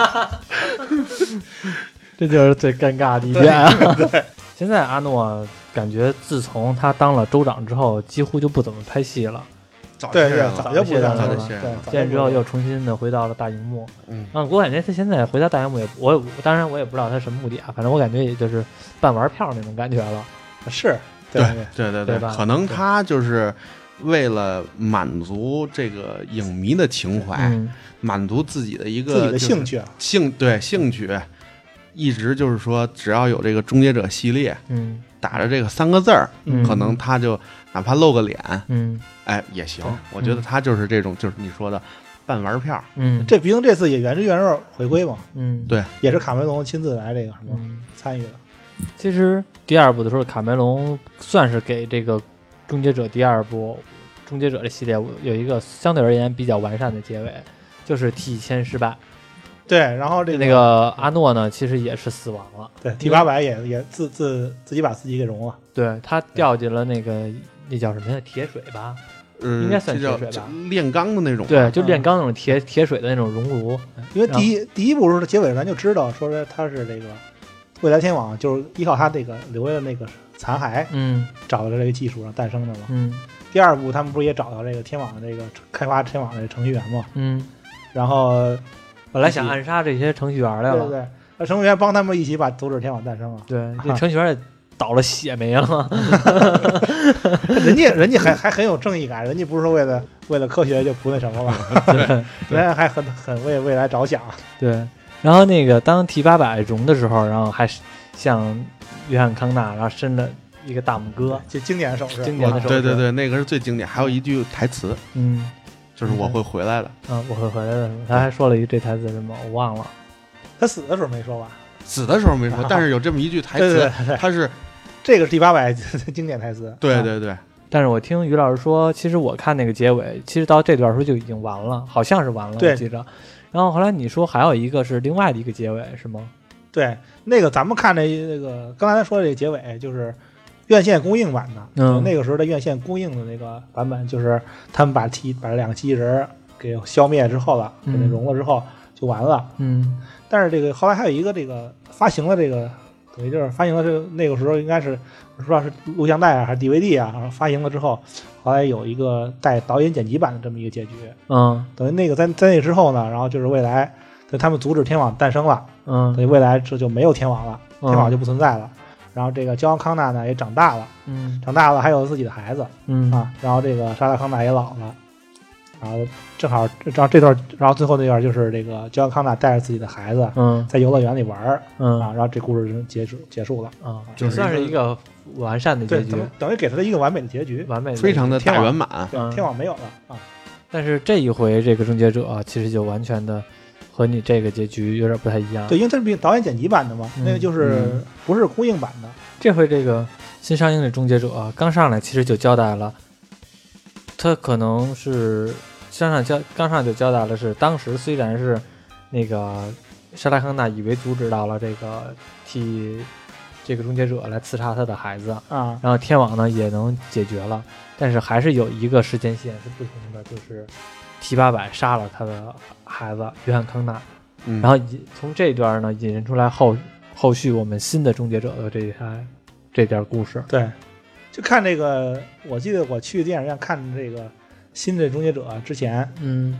这就是最尴尬的一点啊！对，现在阿诺感觉自从他当了州长之后，几乎就不怎么拍戏了。 对对，早就不这样了。 对， 见人之后又重新的回到了大荧幕。 嗯， 嗯，我感觉他现在回到大荧幕也，我当然我也不知道他什么目的啊，反正我感觉也就是办玩票那种感觉了。 是， 对对对对， 可能他就是为了满足这个影迷的情怀， 嗯、 满足自己的一个自己的兴趣， 兴对兴趣，一直就是说，只要有这个终结者系列， 嗯， 打着这个三个字儿， 嗯、 可能他就哪怕露个脸， 嗯， 哎也行。我觉得他就是这种，就是你说的办玩票， 嗯， 这毕竟这次也原汁原味回归嘛， 嗯， 对， 也是卡梅隆亲自来这个什么、 嗯、 参与的。 其实第二部的时候，卡梅隆算是给这个终结者第二部终结者这系列有一个相对而言比较完善的结尾，就是 T 签失败。 对，然后这个那个阿诺呢，其实也是死亡了。 对 T 八百也也自自自己把自己给融了。 对，他掉进了那个那叫什么呀？铁水吧？ 嗯， 应该算铁水吧？ 炼钢的那种。 对，就炼钢那种铁铁水的那种熔炉。 因为第一第一部时候的结尾咱就知道，说是他是这个未来天网，就是依靠他这个留下的那个残骸， 嗯， 找到这个技术上诞生的嘛。 嗯。 第二部他们不是也找到这个天网的这个开发天网的程序员嘛？ 嗯。 然后。 本来想暗杀这些程序员来了， 对对，那程序员帮他们一起把阻止天网诞生了。 对，这程序员也倒了血没了。 人家人家还还很有正义感，人家不是说为了为了科学就不那什么了，人家还很很为未来着想。 对，然后那个当 T 八百融的时候，然后还向约翰康纳然后伸了一个大拇哥， 就经典的手势， 经典的手势。 对对对，那个是最经典，还有一句台词， 嗯。 就是我会回来的， 嗯，我会回来的。他还说了一这台词什么，我忘了。 他死的时候没说吧？ 死的时候没说，但是有这么一句台词， 对对对他是这个是第八百经典台词。 对对对。 但是我听于老师说，其实我看那个结尾，其实到这段时候就已经完了，好像是完了，我记着。然后后来你说还有一个是另外的一个结尾，是吗？ 对，那个咱们看的那个刚才说的这个结尾就是。院线公映版的， 嗯， 那个时候的院线公映的那个版本，就是他们把机把这两个机器人给消灭之后了，给它融了之后就完了。 嗯， 但是这个后来还有一个这个发行了这个，等于就是发行了这个那个时候应该是不知道是录像带啊还是 D V D 啊，然后发行了之后，后来有一个带导演剪辑版的这么一个结局。 嗯， 等于那个在在那之后呢，然后就是未来，等他们阻止天网诞生了， 嗯， 等于未来这就没有天网了，天网就不存在了。然后这个焦康纳呢也长大了， 嗯， 长大了还有自己的孩子， 嗯啊，然后这个莎拉康纳也老了，然后正好，然后这段，然后最后那段就是这个焦康纳带着自己的孩子， 嗯， 在游乐园里玩， 嗯啊，然后这故事就结束结束了， 啊，就算是一个完善的结局， 等于给他的一个完美的结局， 完美的非常的大圆满， 对，天网没有了啊， 但是这一回这个终结者其实就完全的。和你这个结局有点不太一样， 对，因为它是导演剪辑版的嘛， 嗯、 那个就是不是公映版的。 这回这个新上映的终结者、啊、刚上来其实就交代了，他可能是上上交刚上就交代了是当时虽然是那个莎拉康纳以为阻止到了这个替这个终结者来刺杀他的孩子啊， 然后天网呢也能解决了，但是还是有一个时间线是不同的，就是。T 八百杀了他的孩子约翰康纳， 嗯、 然后从这段呢引申出来后后续我们新的终结者的这一台这点故事。 对，就看这个，我记得我去电影院看这个新的终结者之前， 嗯，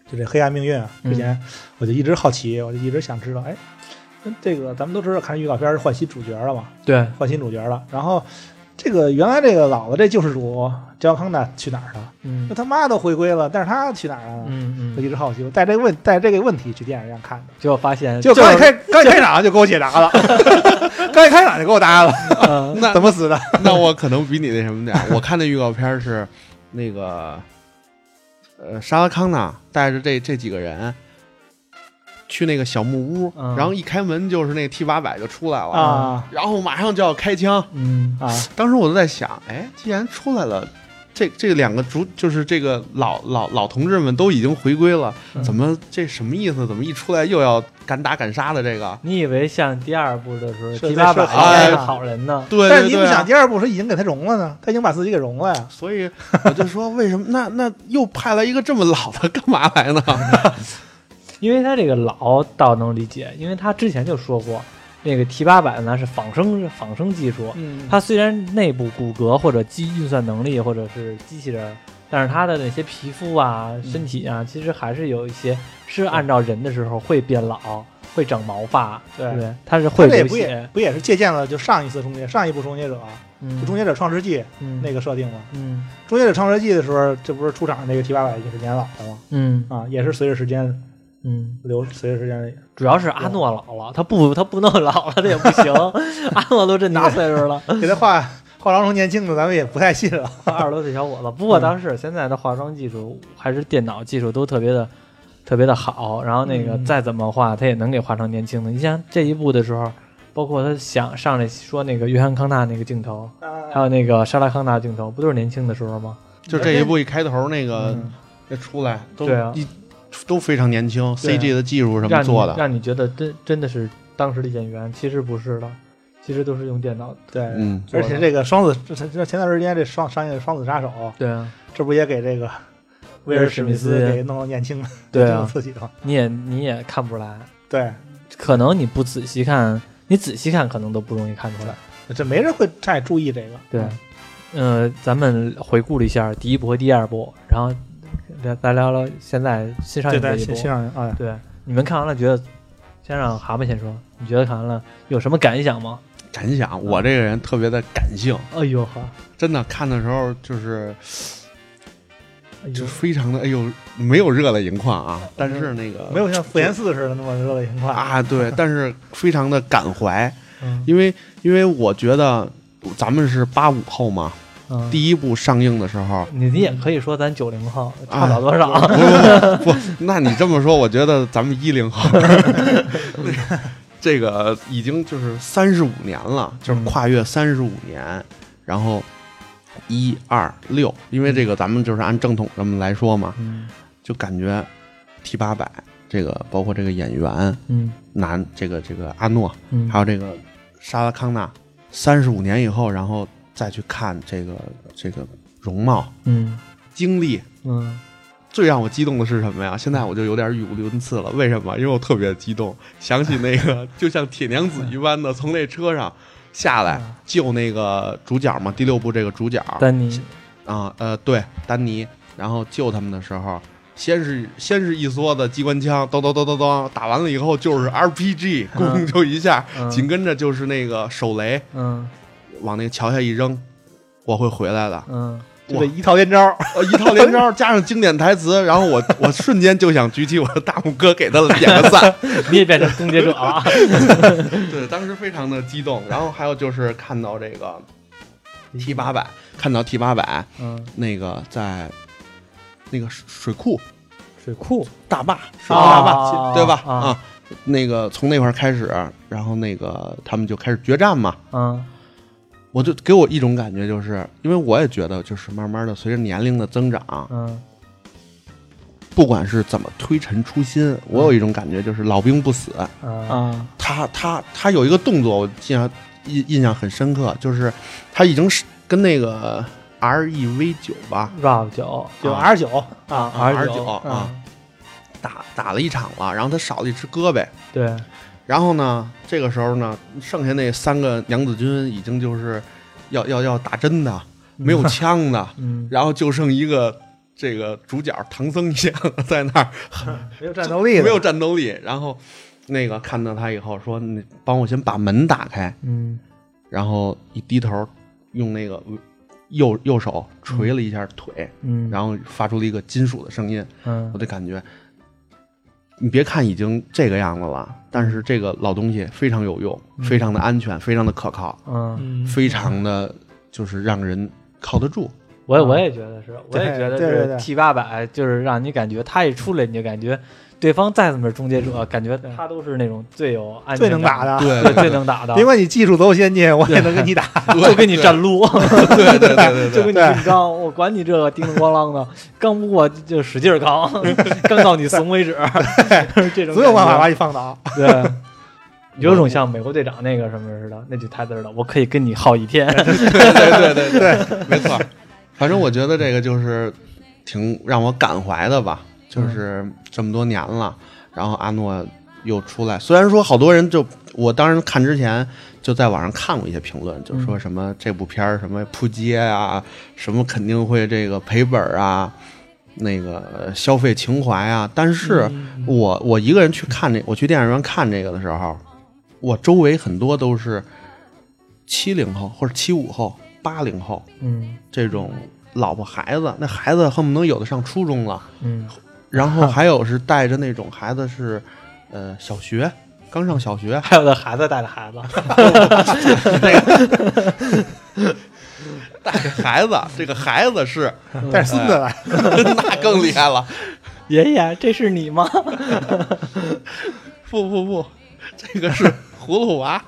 就这黑暗命运啊，之前我就一直好奇，我就一直想知道，哎，这个咱们都知道看预告片是换新主角了嘛？ 对， 换新主角了。然后这个原来这个老的这救世主焦康纳去哪儿了？ 嗯那他妈都回归了，但是他去哪儿了呢？ 嗯嗯， 我一直好奇，我带这个问带这个问题去电影院看的， 结果发现就刚一开刚一开场就给我解答了，刚一开场就给我答案了， 呃那怎么死的？ 那我可能比你那什么点儿，我看那预告片是那个呃沙拉康纳带着这这几个人去那个小木屋， 嗯然后一开门就是那 T 八百就出来了啊然后马上就要开枪。 嗯啊！ 当时我都在想，哎，既然出来了，这这两个主就是这个老老老同志们都已经回归了， 嗯怎么这什么意思？怎么一出来又要敢打敢杀的这个？ 你以为像第二部的时候是 T 八百是应该是哎好人呢？ 对但是对对、啊。 你不想第二部是已经给他融了呢？他已经把自己给融了呀。 所以我就说，为什么那那又派来一个这么老的，干嘛来呢？ 因为他这个老倒能理解，因为他之前就说过，那个 T 八百呢是仿生仿生技术， 嗯， 它虽然内部骨骼或者机运算能力或者是机器人，但是它的那些皮肤啊、身体啊，其实还是有一些是按照人的时候会变老，会长毛发， 对对，它是他会流这也不也血， 不也是借鉴了就上一次终结上一部终结者， 嗯就终结者创世纪嗯那个设定嘛。 嗯终结者创世纪的时候，这不是出场那个 T 八百也是年老的吗？ 嗯啊，也是随着时间嗯， 流，随着时间主要是阿诺老了，他不他不弄老了他也不行，阿诺都这大岁数了。 给他化化妆成年轻的，咱们也不太信了。 二十多岁小伙子，不过当时现在的化妆技术还是电脑技术都特别的特别的好，然后那个嗯再怎么画，他也能给画成年轻的。你像这一部的时候，包括他想上来说那个约翰康纳那个镜头，还有那个莎拉康纳镜头，不都是年轻的时候吗？ 就这一部一开头那个嗯那出来都对啊一都非常年轻对啊 ，C G 的技术什么让你做的， 让你觉得真真的是当时的演员，其实不是的，其实都是用电脑。 对， 嗯， 而且这个双子，这这前段时间这双上映的《双子杀手》， 对啊， 这不也给这个威尔史密斯给弄到年轻了， 对啊这么刺激吗？ 你也你也看不出来， 对， 可能你不仔细看，你仔细看可能都不容易看出来。 这没人会太注意这个。 对，呃，咱们回顾了一下第一部和第二部，然后来来聊聊现在新上对， 映这一部在新。新上映啊， 对，你们看完了觉得，先让蛤蟆先说，你觉得看完了有什么感想吗？ 感想，我这个人特别的感性， 哎呦呵， 真的看的时候就是就哎呦， 非常的哎呦，没有热泪盈眶啊，但是那个没有像复联四似的那么热泪盈眶。 啊，对，但是非常的感怀， 嗯因为因为我觉得咱们是八五后嘛， 嗯， 第一部上映的时候， 你你也可以说咱九零后，差不了多少。 不不不不，那你这么说，我觉得咱们一零后，这个已经就是三十五年了，就是跨越三十五年，然后一二六，因为这个咱们就是按正统这么来说嘛， 嗯就感觉 T 八百这个包括这个演员嗯男这个这个阿诺， 嗯， 还有这个莎拉康纳，三十五年以后，然后再去看这个这个容貌嗯经历。 嗯最让我激动的是什么呀？现在我就有点语无伦次了。为什么？因为我特别激动，想起那个就像铁娘子一般的从那车上下来救那个主角嘛，第六部这个主角丹尼， 啊，呃，对，丹尼，然后救他们的时候，先是先是一梭子机关枪，咚咚咚咚咚，打完了以后就是 R P G，咣就一下， 嗯紧跟着就是那个手雷嗯往那个桥下一扔，我会回来的。 嗯， 就这一套连招， 呃，一套连招加上经典台词，然后我我瞬间就想举起我的大拇哥给他点个赞。 你也变成终结者了。 对，当时非常的激动。然后还有就是看到这个 T 八百，看到 T 八百嗯， 那个在那个水库水库大坝，水库大坝， 啊对吧？ 啊啊，那个从那块儿开始，然后那个他们就开始决战嘛。 嗯我就给我一种感觉，就是因为我也觉得，就是慢慢的随着年龄的增长， 嗯不管是怎么推陈出新，我有一种感觉，就是老兵不死。 嗯啊， 他他他有一个动作，我印象印印象很深刻，就是他已经是跟那个 R E V 九吧 ，Rob 九就啊 R 九啊 ，R 九九啊嗯， 打打了一场了，然后他少了一只胳膊， 对， 然后呢，这个时候呢，剩下那三个娘子军已经就是要要要打针的，没有枪的， 嗯然后就剩一个这个主角唐僧一样在那儿没有战斗力， 没有战斗力。然后那个看到他以后说：“你帮我先把门打开。” 嗯， 然后一低头，用那个右右手捶了一下腿， 嗯， 然后发出了一个金属的声音。 嗯， 我就感觉，你别看已经这个样子了，但是这个老东西非常有用， 嗯、 非常的安全，非常的可靠， 嗯， 非常的就是让人靠得住。 我也我也觉得是，我也觉得是 T 八百，就是让你感觉他一出来你就感觉对方再怎么是终结者，感觉他都是那种最有安全最能打的， 对， 对最能打的。 别管你技术多先进，我也能跟你打， 就跟你站撸， 对对对对对， 就跟你硬刚，我管你这个叮叮咣啷的，刚不过就使劲刚，刚到你怂为止，这种总有办法把你放倒。 对。有种像美国队长那个什么似的，那句台词的，我可以跟你耗一天。 对对对对对，没错。反正我觉得这个就是挺让我感怀的吧，就是这么多年了，然后阿诺又出来。虽然说好多人就我当时看之前就在网上看过一些评论，就说什么这部片儿什么扑街啊，什么肯定会这个赔本啊，那个消费情怀啊。但是我我一个人去看这，我去电影院看这个的时候，我周围很多都是七零后或者七五后。八零后， 嗯， 这种老婆孩子，那孩子恨不能有的上初中了， 嗯， 然后还有是带着那种孩子是，呃，小学刚上小学， 还有的孩子带着孩子， 那个带着孩子，这个孩子是带着孙子来， 那更厉害了。 爷爷，这是你吗？ 不不不，这个是葫芦娃。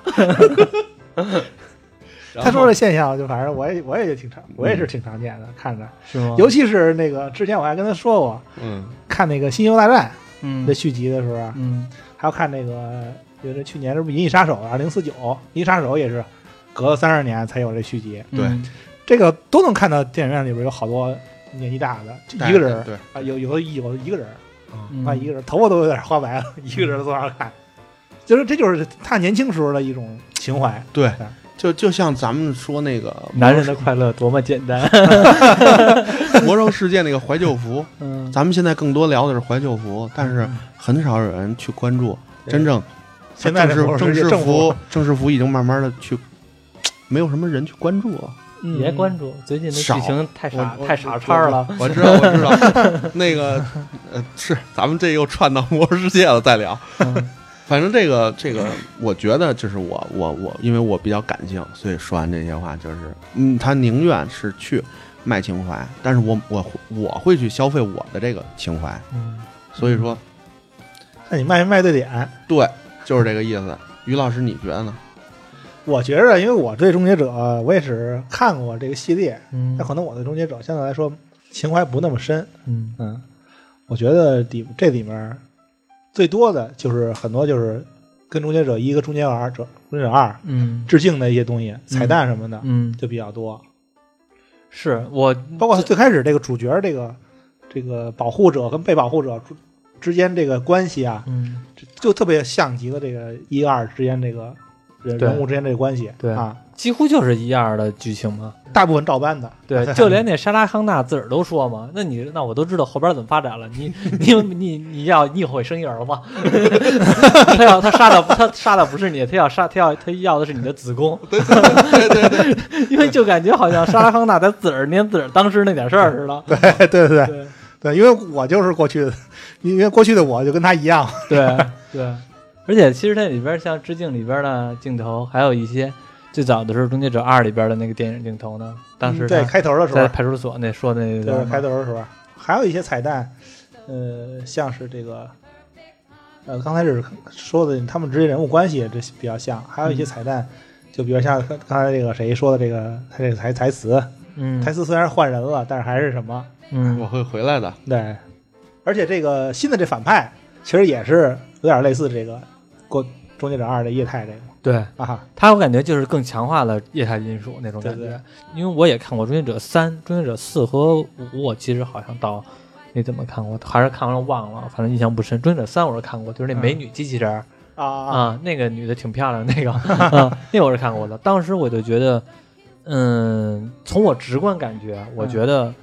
他说的现象就反正我也我也挺常我也是挺常见的，嗯、看着是吗？ 尤其是那个之前我还跟他说过， 嗯， 看那个《星球大战》 嗯的续集的时候， 嗯， 还要看那个就是去年是不是《银翼杀手》二零四九，《银翼杀手》也是隔了三十年才有这续集， 对， 嗯、 这个都能看到电影院里边有好多年纪大的，就一个人， 对啊，有有的有的一个人， 嗯、 啊，一个人头发都有点花白了，一个人坐那看，就是这就是他年轻时候的一种情怀， 对。 对就就像咱们说那个男人的快乐多么简单， 魔兽世界那个怀旧服， 嗯， 咱们现在更多聊的是怀旧服，但是很少有人去关注真正现在正式正式服服正式服已经慢慢的去，没有什么人去关注了。 别关注，最近的剧情太傻太傻叉了。 我知道，我知道，那个呃是，咱们这又串到魔兽世界了，再聊。 嗯反正这个这个，我觉得就是我我我，因为我比较感性，所以说完这些话就是，嗯，他宁愿是去卖情怀，但是我我我会去消费我的这个情怀， 嗯， 所以说， 那你卖没卖对点？ 对，就是这个意思。于老师，你觉得呢？ 我觉着，因为我对终结者，我也只看过这个系列， 嗯， 那可能我对终结者相对来说情怀不那么深， 嗯嗯，我觉得里这里面。最多的就是很多就是跟终结者一和终结者二者终结者二嗯致敬的一些东西，彩蛋什么的， 嗯， 就比较多。 是我包括最开始这个主角这个这个保护者跟被保护者之间这个关系啊， 嗯， 就特别像极了这个一二之间这个人人物之间这个关系， 对啊， 几乎就是一二的剧情嘛。 大部分照搬的， 对，就连那莎拉康纳自个儿都说嘛，那你那我都知道后边怎么发展了，你你你你要你以后会生一儿子，他要他杀的他杀的不是你，他要杀他要他要的是你的子宫， 对对对对对， 因为就感觉好像莎拉康纳在自个儿念自个儿当时那点事儿似的， 对对对对对，因为我就是过去的，因为过去的我就跟他一样， 对对，而且其实它里边像致敬里边的镜头，还有一些。最早的时候，《终结者二》里边的那个电影镜头呢，当时在开头的时候， 在派出所那说的那个，对，开头的时候，还有一些彩蛋，呃，像是这个，呃，刚才是说的他们之间人物关系这比较像，还有一些彩蛋，嗯、就比如像刚才这个谁说的这个他这个台台词， 嗯， 台词虽然换人了，但是还是什么， 嗯， 我会回来的， 对，而且这个新的这反派其实也是有点类似这个过。终结者二的液态这个， 对啊， 他我感觉就是更强化了液态因素那种感觉， 对对因为我也看过终结者三、终结者四和五，我其实好像到没怎么看过，还是看完了忘了，反正印象不深。终结者三我是看过，就是那美女机器人、 嗯、啊啊，那个女的挺漂亮，那个啊，那个我是看过的。当时我就觉得，嗯，从我直观感觉，我觉得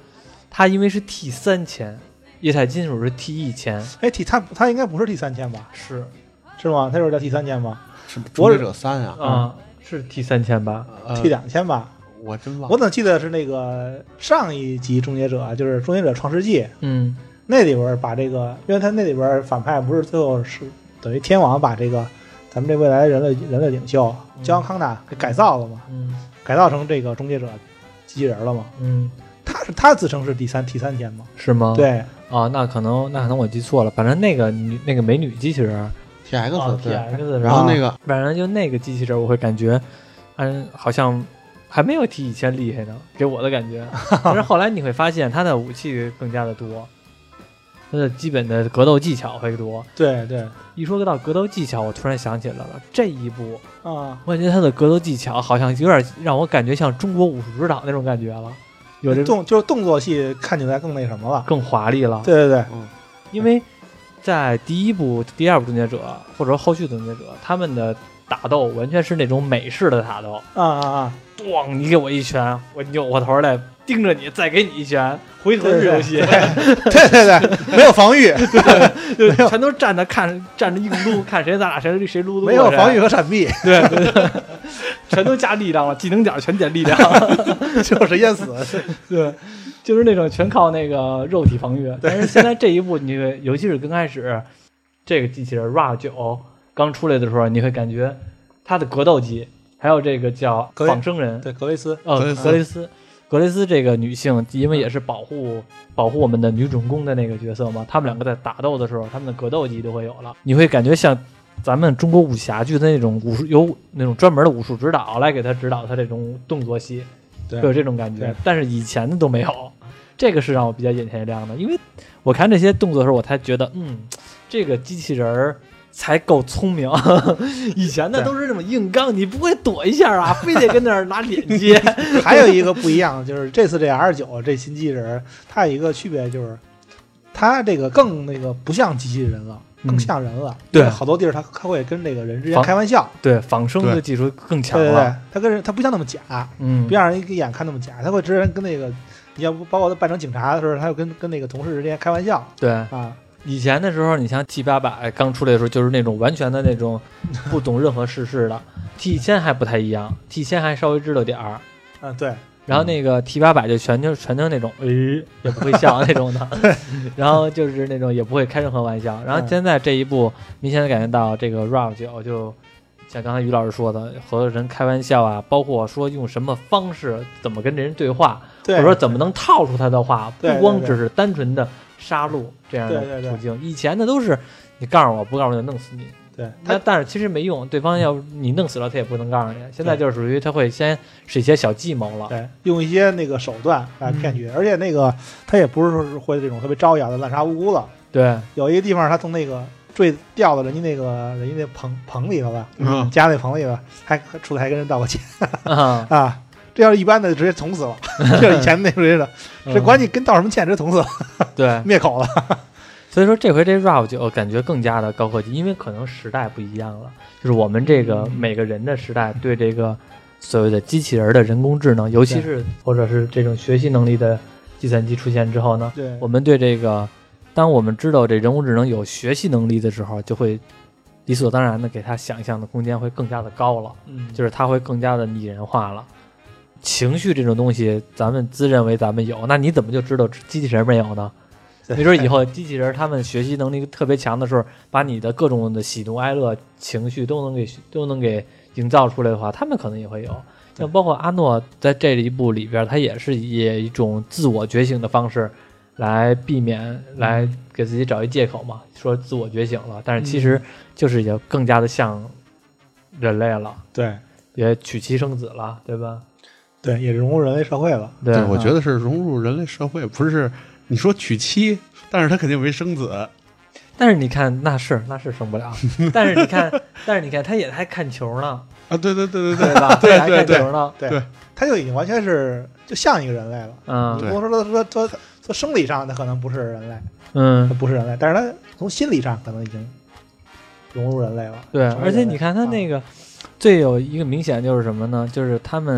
它因为是 T 三千，液态金属是 T 一千， 哎 T 它它应该不是 T 三千吧？ 是是吗？它就是叫 T 三千吗？ 是终结者三啊， 啊、是 T 三千吧？ 呃 T 两千吧？ 我真忘了， 我怎么记得是那个上一集终结者，就是终结者创世纪嗯那里边把这个，因为他那里边反派不是最后是等于天王把这个咱们这未来人类人类领袖焦央康纳给改造了嘛， 嗯改造成这个终结者机器人了嘛。 嗯， 他是他自称是第三 T 三千嘛？ 是吗？ 对， 啊，那可能那可能我记错了，反正那个女那个美女机器人 T X 啊 T 对， X， 然后那个反正就那个机器人，我会感觉，嗯，好像还没有 T 以前厉害呢，给我的感觉。但是后来你会发现，它的武器更加的多，它的基本的格斗技巧会多。 对对一说到格斗技巧，我突然想起来了，这一部啊， 我感觉它的格斗技巧好像有点让我感觉像中国武术指导那种感觉了，有这种动就是动作戏看起来更那什么了。 更华丽了。 对对对， 嗯， 因为在第一部、第二部终结者或者说后续终结者，他们的打斗完全是那种美式的打斗， 啊啊啊！ 咣，你给我一拳，我扭过头来盯着你，再给你一拳，回合式游戏， 对对对，没有防御， 对，全都站着看，站着硬撸，看谁咱俩谁谁撸的没有防御和闪避， 对对对，全都加力量了，技能点全减力量， 就是淹死。 对，就是那种全靠那个肉体防御。但是现在这一部，你会尤其是刚开始这个机器人 R A 九刚出来的时候，你会感觉它的格斗技，还有这个叫格雷仿生人， 对，格雷斯， 呃， 格雷斯格雷斯，格雷斯这个女性，因为也是保护保护我们的女主公的那个角色嘛，他们两个在打斗的时候，他们的格斗技都会有了，你会感觉像咱们中国武侠剧的那种武术，有那种专门的武术指导来给他指导他这种动作戏， 对会有这种感觉对。 但是以前的都没有，这个是让我比较眼前一亮的，因为我看这些动作的时候，我才觉得，嗯，这个机器人儿才够聪明。以前的都是那种硬刚，你不会躲一下啊，非得跟那儿拿脸接。 还有一个不一样，就是这次这 R 九这新机器人，它有一个区别，就是它这个更那个不像机器人了，更像人了。 对因为好多地儿它它会跟这个人之间仿开玩笑。 对，仿生的技术更强对对对了。， 它跟人它不像那么假， 嗯不，让人一眼看那么假，它会直接跟那个，你要不包括他扮成警察的时候，他会跟跟那个同事之间开玩笑对。 啊。 以前的时候，你像 T 八百刚出来的时候，就是那种完全的那种不懂任何世事的。T 千还不太一样，T 千还稍微知道点儿。 嗯，对， 然后那个 T 八百就全就全都那种，诶、也不会笑那种的，然后就是那种也不会开任何玩笑。然后现在这一部明显的感觉到这个 R A 九就像刚才于老师说的，和人开玩笑啊，包括说用什么方式，怎么跟这人对话， 对， 或者说怎么能套出他的话， 对不光只是单纯的杀戮这样的对对对途径。以前的都是你告诉我，不告诉我就弄死你。 对， 那但是其实没用，对方要你弄死了他也不能告诉你。现在就是属于他会先使一些小计谋了。 对，用一些那个手段来骗取，而且那个他也不是说是会这种特别招摇的滥杀无辜了。 对， 有一个地方他从那个坠掉到人家那个人家那棚棚里头了， 嗯家那棚里了，还出来还跟人道个歉啊， 啊。这要是一般的，直接捅死了。这以前那回的，这管你跟道什么歉，直接捅死了， 对， 灭口了。 所以说这回这 R A 九感觉更加的高科技，因为可能时代不一样了，就是我们这个每个人的时代对这个所谓的机器人的人工智能，尤其是或者是这种学习能力的计算机出现之后呢， 对， 我们对这个，当我们知道这人工智能有学习能力的时候，就会理所当然的给它想象的空间会更加的高了， 嗯， 就是它会更加的拟人化了。情绪这种东西，咱们自认为咱们有，那你怎么就知道机器人没有呢？没准以后机器人他们学习能力特别强的时候，把你的各种的喜怒哀乐情绪都能给都能给营造出来的话，他们可能也会有。像包括阿诺在这一部里边，他也是以一种自我觉醒的方式来避免，来给自己找一借口嘛，说自我觉醒了，但是其实就是也更加的像人类了， 对也娶妻生子了，对吧？ 对，也融入人类社会了。 对， 对，我觉得是融入人类社会，不是你说娶妻，但是他肯定没生子。 但是你看，那是那是生不了，但是你看，但是你看，他也还看球呢， 啊，对对对对对吧？ 对他也还看球呢， 对对， 他就已经完全是就像一个人类了。 嗯对你不说说说说说生理上他可能不是人类，他嗯， 不是人类，但是他从心理上可能已经融入人类了。 对， 成为人类而且你看他那个最有一个明显就是什么呢？就是他们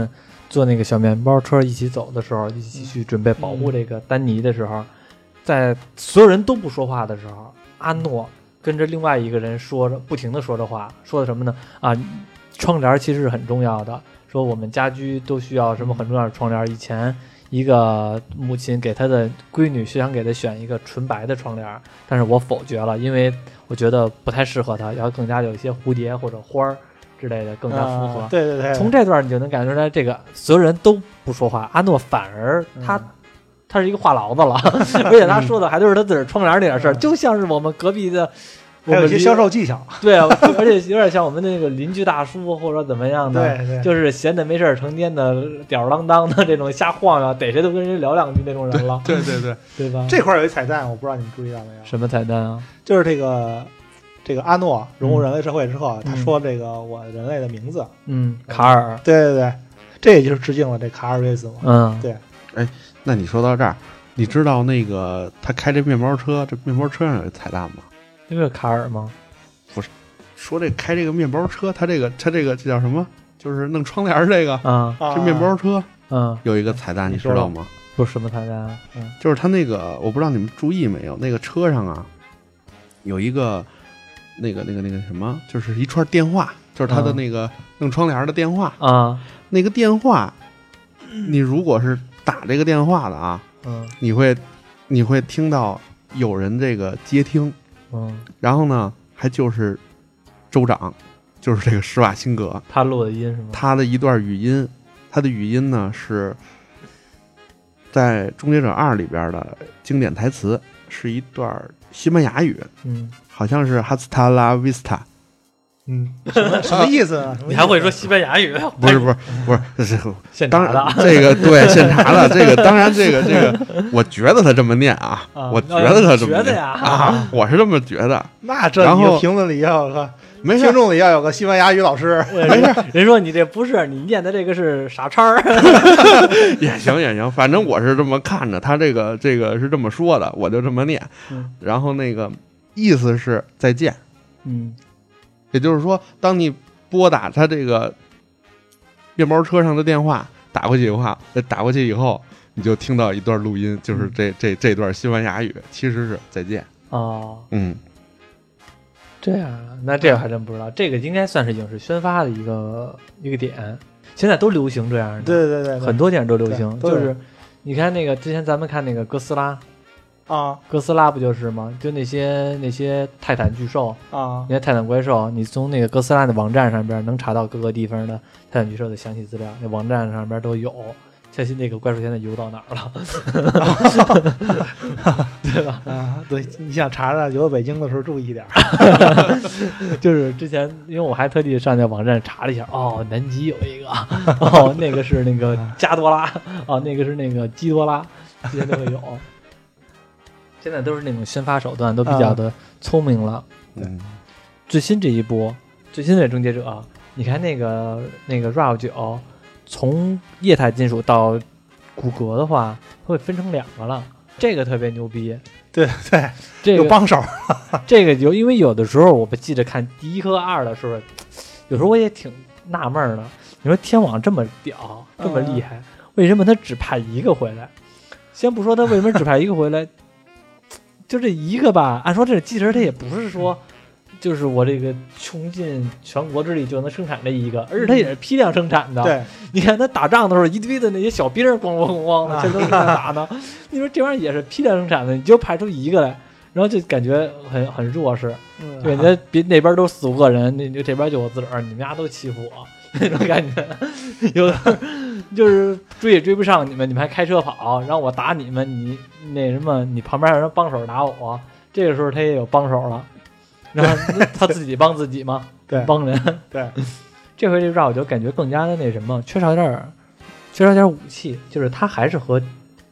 坐那个小面包车一起走的时候，一起去准备保护这个丹尼的时候，在所有人都不说话的时候，阿诺跟着另外一个人说着，不停的说着话，说的什么呢？啊，窗帘其实是很重要的，说我们家居都需要什么很重要的窗帘。以前一个母亲给她的闺女是想给她选一个纯白的窗帘，但是我否决了，因为我觉得不太适合她，要更加有一些蝴蝶或者花儿之类的更加符合。 啊、对对对， 从这段你就能感觉出来，这个所有人都不说话，阿诺反而他、嗯、他是一个话痨子了，而且他说的还都是他自己窗帘那点事儿、嗯，就像是我们隔壁的。 还有一些销售技巧， 对啊，而且有点像我们那个邻居大叔或者怎么样的， 对对， 就是闲的没事成天的吊儿郎当的这种瞎晃悠，逮谁都跟人聊两句那种人了。 对对对， 对吧？ 这块有一彩蛋，我不知道你们注意到没有？ 什么彩蛋啊？ 就是这个这个阿诺融入人类社会之后，嗯、他说这个我人类的名字， 嗯，卡尔， 对对对，这也就是致敬了这卡尔维斯嘛。 嗯， 对。 哎，那你说到这儿，你知道那个他开这面包车，这面包车上有一彩蛋吗？ 那个卡尔吗？ 不是，说这开这个面包车，他这个他这个这叫什么？就是弄窗帘这个啊， 这面包车， 嗯， 有一个彩蛋，你知道吗？ 不是什么彩蛋啊？嗯， 就是他那个，我不知道你们注意没有，那个车上啊，有一个那个那个那个什么，就是一串电话，就是他的那个弄窗帘的电话啊。 那个电话，你如果是打这个电话的啊， 嗯， 你会你会听到有人这个接听， 嗯， 然后呢。还就是州长，就是这个施瓦辛格， 他录的音是吗？ 他的一段语音，他的语音呢是在《终结者二》里边的经典台词，是一段西班牙语， 嗯， 好像是哈斯塔拉维斯塔， 嗯，什么什么意思啊？ 你还会说西班牙语？ 不是不是不是，这是现查的， 这个对现查的，这个当然这个这个，我觉得他这么念啊， 啊我觉得他这么念呀啊，我是这么觉得。 那这你的评论里要有个， 没事， 听众里要有个西班牙语老师， 没事。人说你这不是你念的这个是傻叉儿， 也行也行，反正我是这么看着，他这个这个是这么说的，我就这么念。 嗯、 然后那个意思是再见， 嗯。 也就是说，当你拨打他这个面包车上的电话打过去的话，打过去以后，你就听到一段录音，就是这、嗯、这这段西班牙语，其实是再见。 哦， 嗯， 这样啊，那这个还真不知道，这个应该算是影视宣发的一个一个点，现在都流行这样的， 对对 对, 对， 很多电影都流行， 都就是你看那个之前咱们看那个哥斯拉。 啊， 哥斯拉不就是吗？就那些那些泰坦巨兽啊， 那些泰坦怪兽，你从那个哥斯拉的网站上边能查到各个地方的泰坦巨兽的详细资料，那网站上边都有。像那个怪兽现在游到哪儿了？对吧？ 啊，对，你想查查游到北京的时候注意一点。 就是之前，因为我还特地上那网站查了一下，哦，南极有一个，哦，那个是那个加多拉，哦，那个是那个基多拉，这些都会有。现在都是那种宣发手段都比较的聪明了。 嗯， 最新这一波，最新的终结者，你看那个那个 R A V 九，从液态金属到骨骼的话，它会分成两个了，这个特别牛逼。 对对， 这个有帮手。 这个有，因为有的时候我不记得看第一和二的时候，有时候我也挺纳闷的。你说天网这么屌，这么厉害，嗯、为什么他只派一个回来？先不说他为什么只派一个回来。就这一个吧，按说这机器人它也不是说，就是我这个穷尽全国之力就能生产这一个，而且它也是批量生产的。 对， 你看它打仗的时候，一堆的那些小兵咣咣咣咣的，这都是打的。你说这玩意儿也是批量生产的，你就派出一个来，然后就感觉很很弱势。嗯，对，那别那边都四五个人，那这边就我自个儿，你们家都欺负我那种感觉。有的就是追也追不上你们，你们还开车跑，然后我打你们，你那什么，你旁边有人帮手打我，这个时候他也有帮手了，然后他自己帮自己嘛， 对， 帮人， 对。 这回这让我就感觉更加的那什么，缺少点缺少点武器，就是他还是和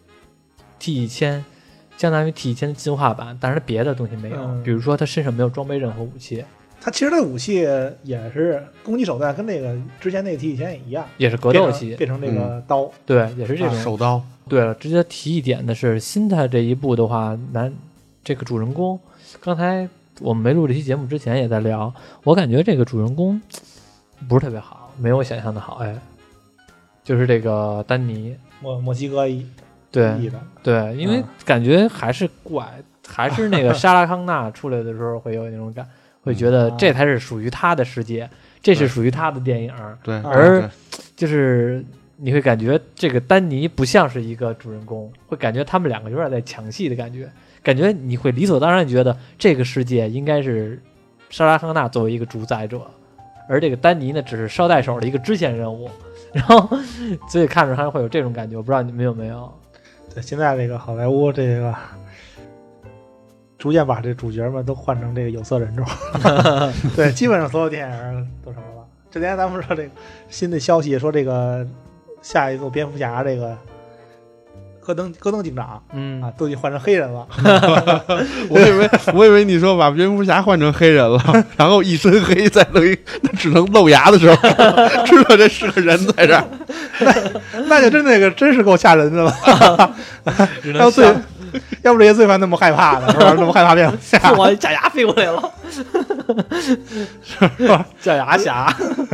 T 一千相当于 T 一千的进化版，但是别的东西没有，嗯、比如说他身上没有装备任何武器。 他其实的武器也是攻击手段，跟那个之前那个 T 一千也一样， 也是格斗系， 变成这个刀， 嗯、对，也是这种、 啊、手刀。 对了，值得提一点的是，新的这一部的话，男这个主人公，刚才我们没录这期节目之前也在聊，我感觉这个主人公不是特别好，没有我想象的好，哎， 就是这个丹尼， 墨墨西哥裔对裔的， 对，因为感觉还是怪，还是那个莎拉康纳出来的时候会有那种感，会觉得这才是属于他的世界，这是属于他的电影。 对， 而就是你会感觉这个丹尼不像是一个主人公，会感觉他们两个有点在抢戏的感觉，感觉你会理所当然觉得这个世界应该是莎拉康纳作为一个主宰者，而这个丹尼呢只是捎带手的一个支线任务，然后所以看着还会有这种感觉，我不知道你们有没有。 对，现在这个好莱坞这个逐渐把这主角们都换成这个有色人种，对，基本上所有电影都成了。这天咱们说这个新的消息说，这个下一部蝙蝠侠这个戈登戈登警长， 嗯啊，都已经换成黑人了。 我以为我以为你说把蝙蝠侠换成黑人了，然后一身黑，再弄一那只能露牙的时候，知道这是个人在这儿， 那那就真那个真是够吓人的了。要罪，要不这些罪犯那么害怕呢，是吧？那么害怕蝙蝠侠， 我假牙飞过来了， 是吧？ 假牙侠。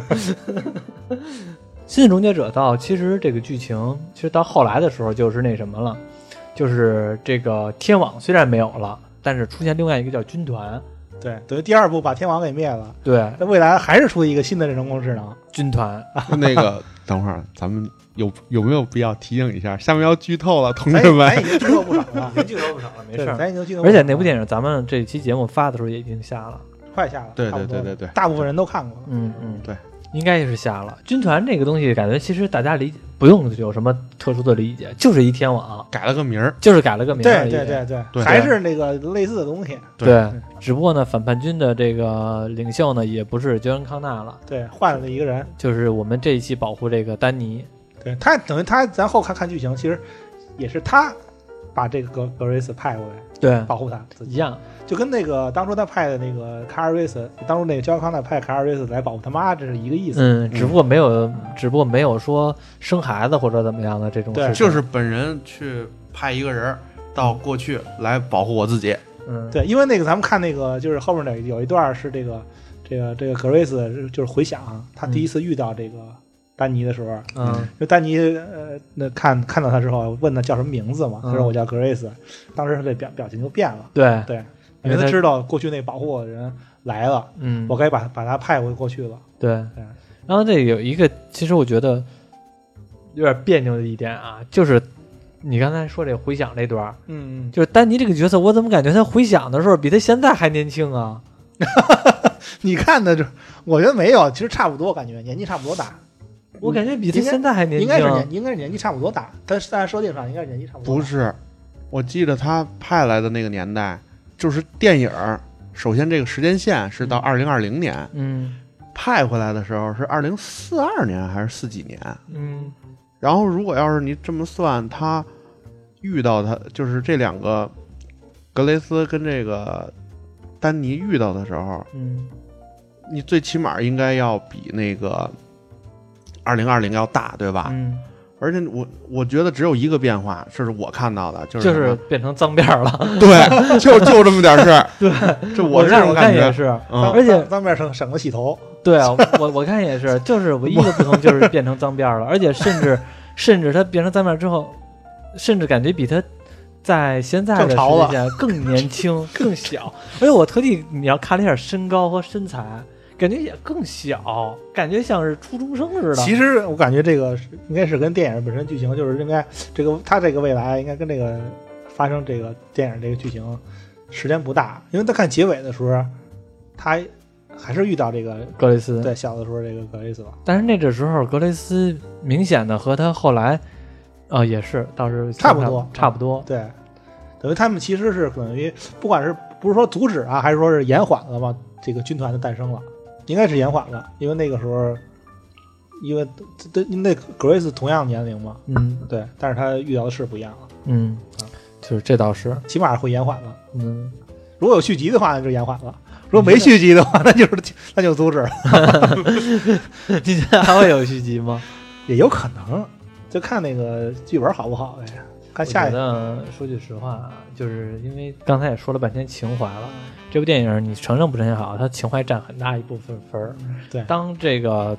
新的终结者到其实这个剧情，其实到后来的时候就是那什么了，就是这个天网虽然没有了，但是出现另外一个叫军团。 对，等于第二部把天网给灭了。 对， 那未来还是出一个新的人工智能军团。 那个等会儿咱们有有没有必要提醒一下？下面要剧透了，同志们。 咱已经剧透不少了， 已经剧透不少了，没事儿。 咱已经剧透不少了。 而且那部电影咱们这期节目发的时候也已经下了， 快下了。 对对对对对， 大部分人都看过了。 嗯嗯， 对。 应该是下了。军团这个东西，感觉其实大家理解不用有什么特殊的理解，就是一天网改了个名儿， 就是改了个名儿。 对对对对， 对还是那个类似的东西。 对， 对只不过呢，反叛军的这个领袖呢，也不是杰伦康纳了， 对，换了一个人， 就是我们这一期保护这个丹尼。 对他等于他，咱后看看剧情，其实也是他把这个格格瑞斯派过来， 对， 保护他自己一样。 就跟那个当初他派的那个卡尔瑞斯，当初那个焦康纳派卡尔瑞斯来保护他妈，这是一个意思。 嗯，只不过没有，嗯、只不过没有说生孩子或者怎么样的这种事情。 就是本人去派一个人到过去来保护我自己。 嗯， 对，因为那个咱们看那个就是后面那有一段是这个这个这个格瑞斯就是回想他第一次遇到这个丹尼的时候， 嗯， 就丹尼呃那看看到他之后问他叫什么名字嘛，他说我叫格瑞斯，当时他这表表情就变了。 对对。因为他知道过去那保护我的人来了， 嗯， 我该把把他派回过去了。 对，对。然后这有一个，其实我觉得有点别扭的一点啊，就是你刚才说这回想这段， 嗯， 就是丹尼这个角色，我怎么感觉他回想的时候比他现在还年轻啊？ 你看的这，我觉得没有，其实差不多，感觉年纪差不多大。 我感觉比他现在还年轻， 应该是年应该是年纪差不多大，但是在设定上应该是年纪差不多。 不是，我记得他派来的那个年代。就是电影，首先这个时间线是到二零二零年， 嗯， 派回来的时候是二零四二年还是四几年？ 嗯， 然后如果要是你这么算，他遇到他就是这两个格雷斯跟这个丹尼遇到的时候， 嗯， 你最起码应该要比那个二零二零要大，对吧？ 嗯。 而且我我觉得只有一个变化，这是我看到的，就是就是变成脏辫了。 对，就就这么点事儿。 对， 这我这种感觉也是， 嗯、 而且脏辫省省了洗头。 对啊，我我看也是，就是唯一的不同就是变成脏辫了，而且甚至甚至他变成脏辫之后，甚至感觉比他在现在的时间更年轻、更小。而且我特地你要看了一下身高和身材。感觉也更小，感觉像是初中生似的。 其实我感觉这个应该是跟电影本身剧情，就是应该这个他这个未来应该跟这个发生这个电影这个剧情时间不大，因为他看结尾的时候，他还是遇到这个格雷斯， 对，小的时候这个格雷斯了。 但是那个时候格雷斯明显的和他后来，呃，也是倒是差不多， 差不多。 对，等于他们其实是等于不管是不是说阻止啊，还是说是延缓了嘛，这个军团的诞生了。应该是延缓了，因为那个时候，因为对那格瑞斯同样年龄嘛， 嗯， 对，但是他遇到的事不一样了， 嗯，啊，就是这倒是， 起码会延缓了， 嗯， 如果有续集的话，那就延缓了；如果没续集的话，那就是那就阻止了。 你觉得还会有续集吗？ 也有可能，就看那个剧本好不好呗。看下一个，说句实话啊，就是因为刚才也说了半天情怀了。这部电影你承认不承认好，它情怀占很大一部分分儿。 对， 当这个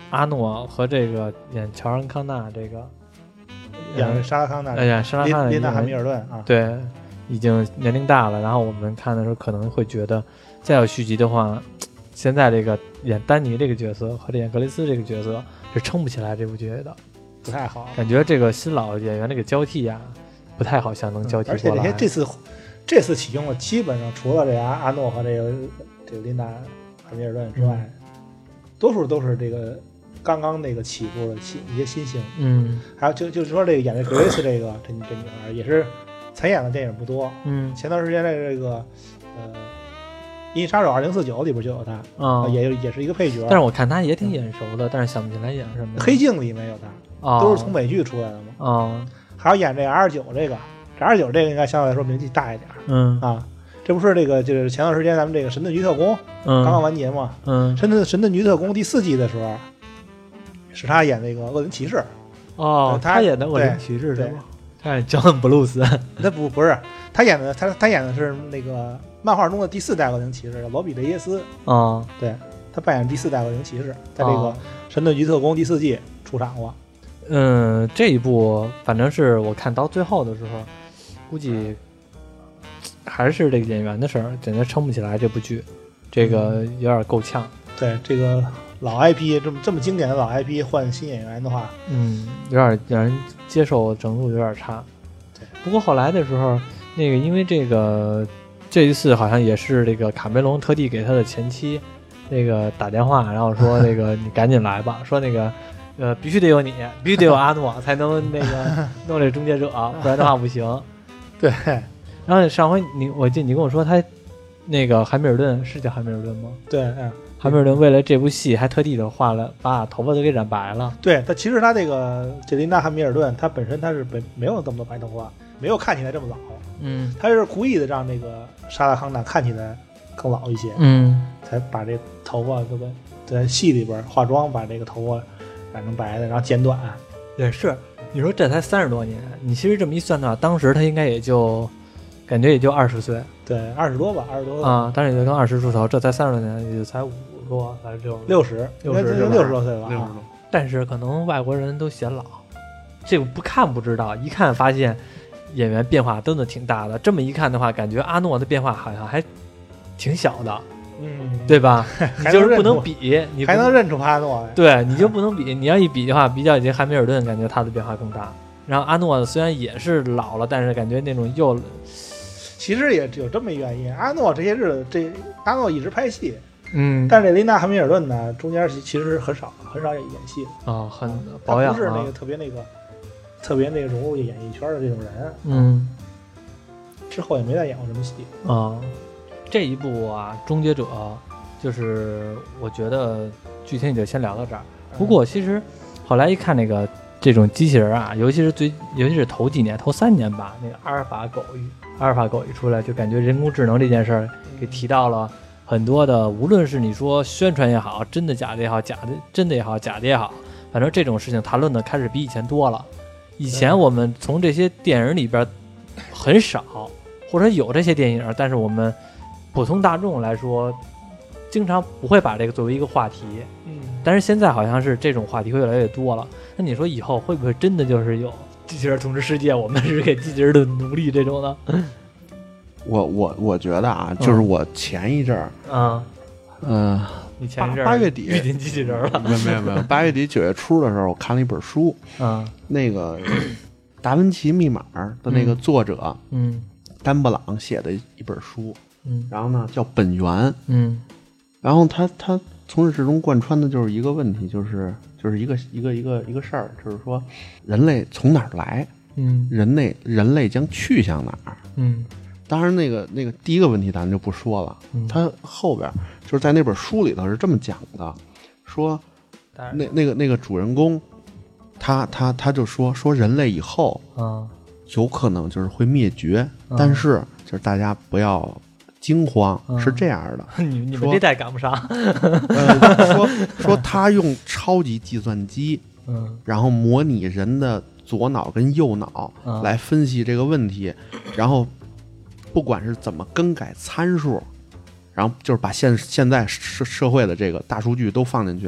阿诺和这个演乔恩康纳这个演莎拉康纳， 哎呀，莎拉康纳琳达汉密尔顿啊， 对，已经年龄大了。然后我们看的时候可能会觉得，再有续集的话，现在这个演丹尼这个角色和演格雷斯这个角色是撑不起来这部剧的， 不太好。 感觉这个新老演员这个交替呀、啊，不太好像能交替过来。 嗯、而且这些这次这次启用的基本上除了这阿阿诺和这个这个琳达汉密尔顿之外，嗯、多数都是这个。刚刚那个起步的起一些新星， 嗯， 还有就就是说这个演的格雷斯这个这这女孩也是才演的电影不多， 嗯， 前段时间的这个呃《银翼杀手二零四九》里边就有她， 啊、 嗯，也也是一个配角， 但是我看她也挺眼熟的，嗯、但是想不起来演什么。 黑镜里没有她， 啊、 都是从美剧出来的嘛， 啊、哦， 还有演这个 R 九这个，这 R 九这个应该相对来说名气大一点， 嗯啊。这不是这个，就是前段时间咱们这个《神盾局特工》 嗯刚刚完结嘛， 嗯， 神盾神盾局特工第四季的时候。是他演那个恶灵骑士， 哦， 他他演的恶灵骑士是吗？他演乔恩布鲁斯， 那不不是他演的，他他演的是那个漫画中的第四代恶灵骑士罗比雷耶斯啊、哦， 对他扮演第四代恶灵骑士，在这个《神盾局特工》第四季出场过。 嗯，这一部反正是我看到最后的时候，估计还是这个演员的事儿，简直撑不起来这部剧，这个有点够呛。 对这个。老 I P 这么这么经典的老 I P 换新演员的话， 嗯，有点让人接受程度有点差。 对， 不过后来的时候，那个因为这个这一次好像也是这个卡梅隆特地给他的前妻那个打电话，然后说那个你赶紧来吧，说那个呃必须得有你，必须得有阿诺才能那个弄这终结者，不然的话不行。 对， 然后上回你我记得你跟我说他那个汉密尔顿是叫汉密尔顿吗？ 对，嗯。 汉密尔顿为了这部戏还特地的画了，把头发都给染白了。 对，他其实他这个杰琳娜·汉密尔顿，他本身他是本没有这么多白头发，没有看起来这么老。 嗯， 他是故意的让那个莎拉康纳看起来更老一些， 嗯， 才把这头发都在在戏里边化妆，把这个头发染成白的，然后剪短。 也是，你说这才三十多年，你其实这么一算的话，当时他应该也就感觉也就二十岁， 对，二十多吧，二十多啊，但是也就刚二十出头，这才三十多年，也就才五多，才六六十， 六十六十多岁吧， 六十多。 但是可能外国人都显老，这个不看不知道，一看发现演员变化真的挺大的。这么一看的话，感觉阿诺的变化好像还挺小的， 嗯， 对吧？你就是不能比，你还能认出阿诺， 对，你就不能比。你要一比的话，比较起汉密尔顿，感觉他的变化更大。然后阿诺虽然也是老了，但是感觉那种又…… 其实也有这么一原因，阿诺这些日子，这阿诺一直拍戏， 嗯， 但是这琳娜·汉密尔顿呢，中间其实很少很少演戏啊、哦，很保养、啊， 他不是那个特别那个特别那个融入演艺圈的这种人， 嗯， 之后也没再演过什么戏啊、哦。这一部啊，《终结者》就是我觉得剧情也就先聊到这儿。不过其实后来一看那个这种机器人啊，尤其是最尤其是头几年头三年吧，那个阿尔法狗一阿尔法狗一出来，就感觉人工智能这件事儿给提到了很多的，无论是你说宣传也好，真的假的也好，假的真的也好，假的也好，反正这种事情谈论的开始比以前多了。以前我们从这些电影里边很少，或者有这些电影，但是我们普通大众来说，经常不会把这个作为一个话题。 嗯， 但是现在好像是这种话题会越来越多了。那你说以后会不会真的就是有机器人统治世界，我们是给机器人的奴隶这种的？ 我我我觉得啊，就是我前一阵儿， 嗯， 嗯、呃， 你前一阵八月底遇见机器人了？ 没有没有没有，八月底九月初的时候，我看了一本书， 嗯， 那个达芬奇密码的那个作者， 嗯， 丹布朗写的一本书， 嗯， 然后呢叫本源， 嗯， 然后他他从始至终贯穿的就是一个问题，就是就是一个一个一个一个事儿，就是说人类从哪儿来， 嗯， 人类人类将去向哪儿， 嗯。 当然，那个那个第一个问题咱就不说了， 嗯、 他后边就是在那本书里头是这么讲的，说那那个那个主人公，他他他就说说人类以后啊， 有可能就是会灭绝，嗯、但是就是大家不要惊慌，嗯、是这样的。 你你们这代赶不上。 呃、说说他用超级计算机， 嗯， 然后模拟人的左脑跟右脑来分析这个问题，嗯、然后。不管是怎么更改参数，然后就是把现现在社社会的这个大数据都放进去，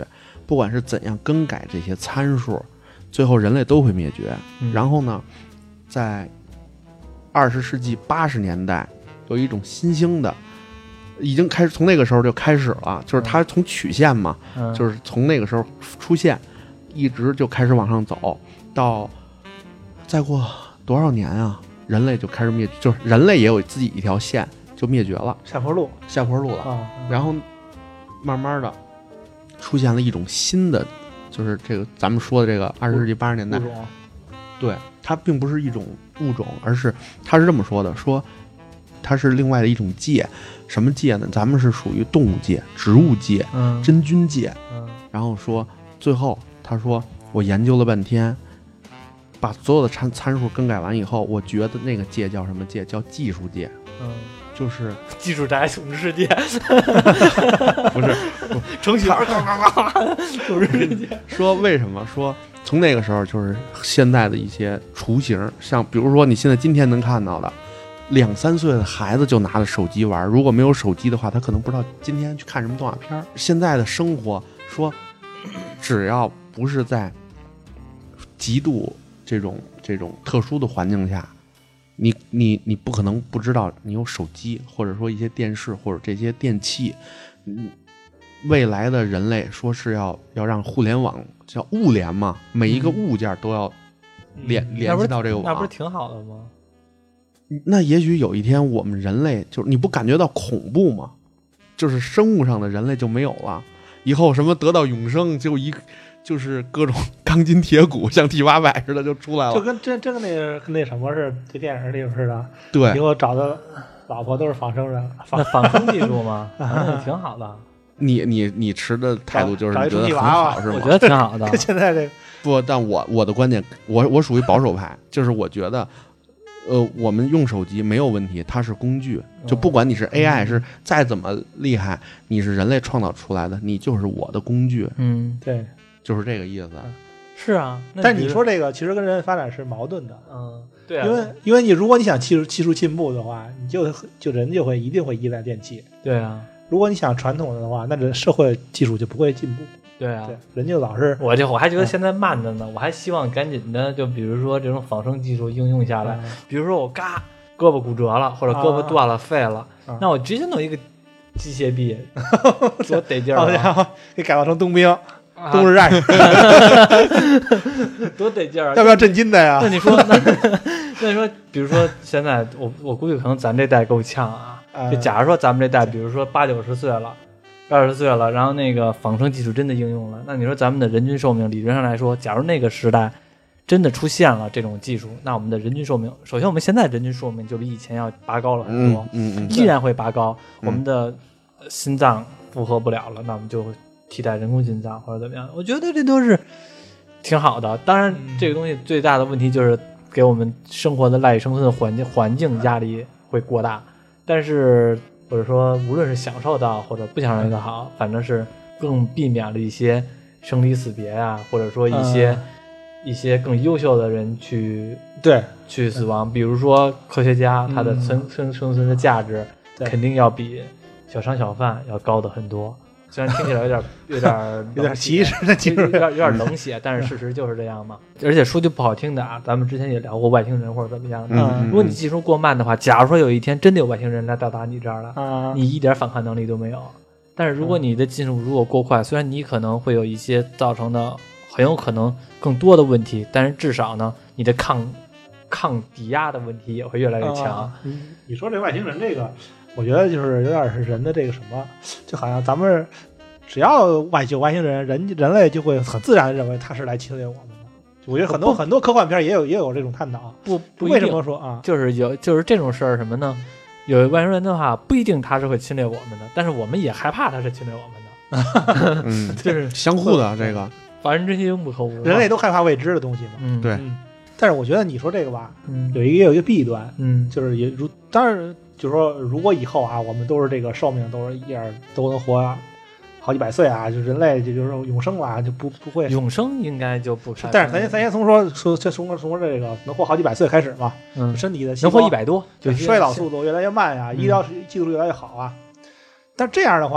不管是怎样更改这些参数，最后人类都会灭绝。 嗯、 然后呢，在二十世纪八十年代，有一种新兴的，已经开始从那个时候就开始了，就是它从曲线嘛， 嗯、 就是从那个时候出现，一直就开始往上走，到再过多少年啊，人类就开始灭，就是人类也有自己一条线就灭绝了， 下坡路， 下坡路了。 啊、 然后慢慢的出现了一种新的，就是这个咱们说的这个二十世纪八十年代，对，它并不是一种物种，而是它是这么说的，说它是另外的一种界。什么界呢？咱们是属于动物界、植物界、 嗯、 真菌界。 嗯， 然后说最后他说我研究了半天，把所有的参参数更改完以后，我觉得那个界叫什么界？叫技术界。 嗯， 就是技术宅统治世界。 不是程序员呱呱呱统治世界。 说为什么？说从那个时候就是现在的一些雏形，像比如说你现在今天能看到的。两三岁的孩子就拿着手机玩，如果没有手机的话，他可能不知道今天去看什么动画片。现在的生活说，只要不是在极度这种这种特殊的环境下，你你你不可能不知道你有手机，或者说一些电视或者这些电器。嗯，未来的人类说是要要让互联网叫物联嘛，每一个物件都要联、嗯、联系到这个网， 那不是挺好的吗？ 那也许有一天我们人类就是你不感觉到恐怖吗？就是生物上的人类就没有了，以后什么得到永生就一就是各种钢筋铁骨像 T 八百似的就出来了， 就跟真真跟那个那什么是这电影里似的。 对， 以后找的老婆都是仿生人， 那仿生技术吗？啊、挺好的。 你你你持的态度就是你觉得很好是吗？ 我觉得挺好的。 现在这个不，但我我的观点，我我属于保守派，就是我觉得。呃，我们用手机没有问题，它是工具，就不管你是 A I 是再怎么厉害，你是人类创造出来的，你就是我的工具。 嗯， 对， 就是这个意思。 是啊， 但你说这个其实跟人类发展是矛盾的。 嗯，对啊， 因为因为你如果你想技术技术进步的话，你就就人就会一定会依赖电器。 对啊， 如果你想传统的话，那这社会技术就不会进步。 对啊， 对，人就老是我就我还觉得现在慢着呢，嗯、我还希望赶紧的，就比如说这种仿生技术应用下来，嗯、比如说我嘎胳膊骨折了，或者胳膊断了、废了，啊、那我直接弄一个机械臂，多得劲儿啊！ 然后给改造成冬兵、啊、冬日战士， 多得劲儿啊！ 要不要震惊的呀？ 那你说，那那你说，比如说现在我我估计可能咱这代够呛啊，嗯、就假如说咱们这代，比如说八九十岁了。二十岁了，然后那个仿生技术真的应用了，那你说咱们的人均寿命理论上来说，假如那个时代真的出现了这种技术，那我们的人均寿命，首先我们现在人均寿命就比以前要拔高了很多， 嗯嗯嗯、 依然会拔高，我们的心脏负荷不了了，那我们就会替代人工心脏或者怎么样，我觉得这都是挺好的。当然这个东西最大的问题就是给我们生活的赖以生存的环境环境压力会过大，但是或者说无论是享受到或者不享受到好，反正是更避免了一些生离死别啊，或者说一些、嗯、一些更优秀的人去对去死亡，比如说科学家他的生生生存的价值肯定要比小商小贩要高的很多。虽然听起来有点有点有点歧视的情绪， 有点有点冷血，但是事实就是这样嘛。而且说句不好听的啊，咱们之前也聊过外星人或者怎么样的。 嗯、 如果你技术过慢的话，假如说有一天真的有外星人来到达你这儿了， 嗯、 你一点反抗能力都没有。但是如果你的技术如果过快，虽然你可能会有一些造成的很有可能更多的问题，但是至少呢，你的抗抗抵押的问题也会越来越强。 嗯、你说这外星人这个。我觉得就是有点是人的这个什么，就好像咱们只要外有外星人，人人类就会很自然的认为他是来侵略我们的。我觉得很多很多科幻片也有也有这种探讨。 不不为什么说啊？ 就是有就是这种事儿什么呢？有外星人的话，不一定他是会侵略我们的，但是我们也害怕他是侵略我们的。嗯， 就是相互的这个。 凡人之心不可无。 人类都害怕未知的东西嘛。 嗯， 对。 嗯、但是我觉得你说这个吧， 嗯， 有一个也有一个弊端， 嗯， 就是也如当然。就是说，如果以后啊，我们都是这个寿命都是一点都能活好几百岁啊，就人类就就是永生了、啊，就不不会永生应该就不开。 但是咱先咱先从说说这从从这个能活好几百岁开始嘛， 嗯， 身体的能活一百多， 就衰老速度越来越慢呀、啊， 嗯、 医疗技术越来越好啊。但这样的话，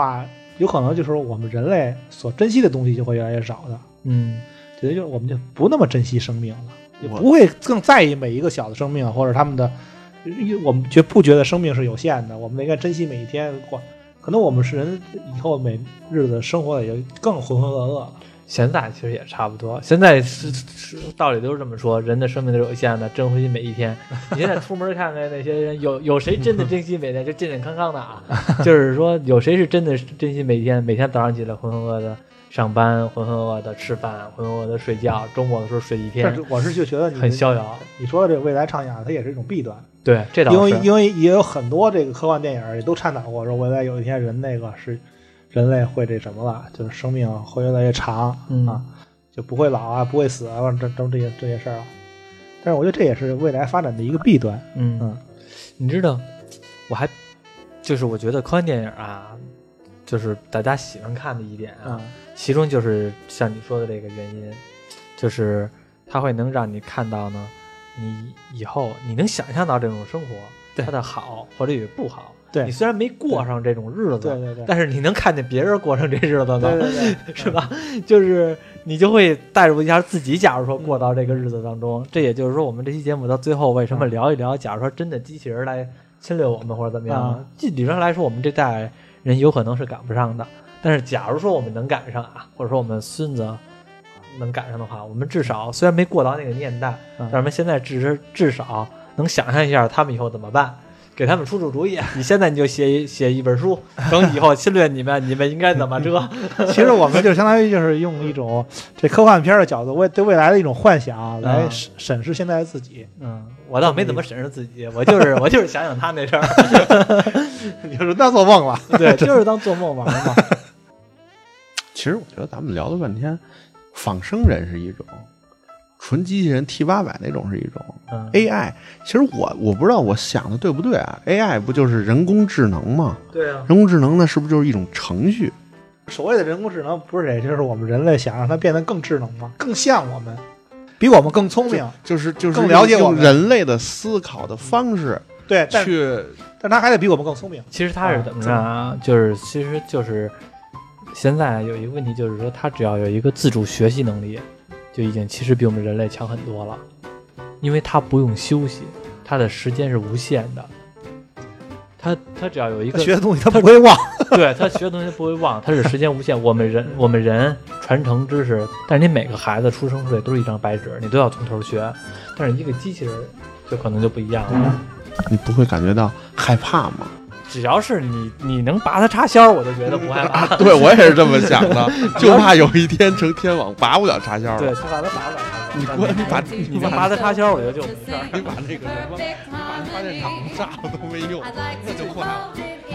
有可能就是说我们人类所珍惜的东西就会越来越少的。 嗯， 觉得就是我们就不那么珍惜生命了，也不会更在意每一个小的生命或者他们的，我们觉不觉得生命是有限的，我们应该珍惜每一天过。可能我们是人以后每日子生活的也更浑浑噩噩了。 现在其实也差不多，现在是是道理都是这么说，人的生命都是有限的，珍惜每一天。你现在出门看看那些人，有有谁真的珍惜每天，就健健康康的啊？就是说，有谁是真的珍惜每一天？每天早上起来浑浑噩噩的上班，浑浑噩噩的吃饭，浑浑噩噩的睡觉，周末的时候睡一天。 我是就觉得你很逍遥。 你说的这个未来畅想，它也是一种弊端。 对，这倒是。 因为因为也有很多这个科幻电影也都倡导过，说未来有一天人那个是人类会这什么了，就是生命会越来越长、 嗯、 啊。就不会老啊，不会死啊，这这这些这些事儿啊。但是我觉得这也是未来发展的一个弊端。 嗯嗯，你知道，我还就是我觉得科幻电影啊，就是大家喜欢看的一点啊，嗯、其中就是像你说的这个原因，就是它会能让你看到呢，你以后你能想象到这种生活它的好或者也不好。 对， 你虽然没过上这种日子， 对对对， 但是你能看见别人过上这日子呢， 对对对， 是吧？就是你就会带入一下自己，假如说过到这个日子当中，嗯、这也就是说，我们这期节目到最后为什么聊一聊？假如说真的机器人来侵略我们或者怎么样， 嗯、 理论上来说，我们这代人有可能是赶不上的。但是假如说我们能赶上啊，或者说我们孙子能赶上的话，我们至少虽然没过到那个年代，嗯、但是我们现在至至少能想象一下他们以后怎么办。给他们出出主意，你现在你就写一写一本书，等以后侵略你们，你们应该怎么着？ 其实我们就相当于就是用一种这科幻片的角度，为对未来的一种幻想来审审视现在的自己。 嗯，我倒没怎么审视自己，我就是我就是想想他那事儿， 你就是当做梦了， 对，就是当做梦玩嘛。 其实我觉得咱们聊了半天，仿生人是一种。纯机器人 T 八百那种是一种、嗯、A I， 其实我我不知道我想的对不对啊 ？A I 不就是人工智能吗？ 对啊， 人工智能那是不是就是一种程序？ 所谓的人工智能不是这，就是我们人类想让它变得更智能嘛，更像我们，比我们更聪明， 就就是就是更了解我们人类的思考的方式。 对， 去， 但它还得比我们更聪明。 其实它是怎么着啊？就是其实就是现在有一个问题，就是说它只要有一个自主学习能力。就已经其实比我们人类强很多了，因为它不用休息，它的时间是无限的。它它只要有一个学的东西，它不会忘。 对，它学的东西不会忘，它是时间无限。我们人我们人传承知识，但是你每个孩子出生出来都是一张白纸，你都要从头学。但是一个机器人就可能就不一样了。嗯、 你不会感觉到害怕吗？ 只要是你你能拔它插销，我就觉得不害怕。 啊、对，我也是这么想的，就怕有一天成天网拔不了插销了。 对，就怕它拔不了插销。 你关你把你能拔它插销，我觉得就没事。 你把那个什么，你把发电厂炸了都没用，那就坏了。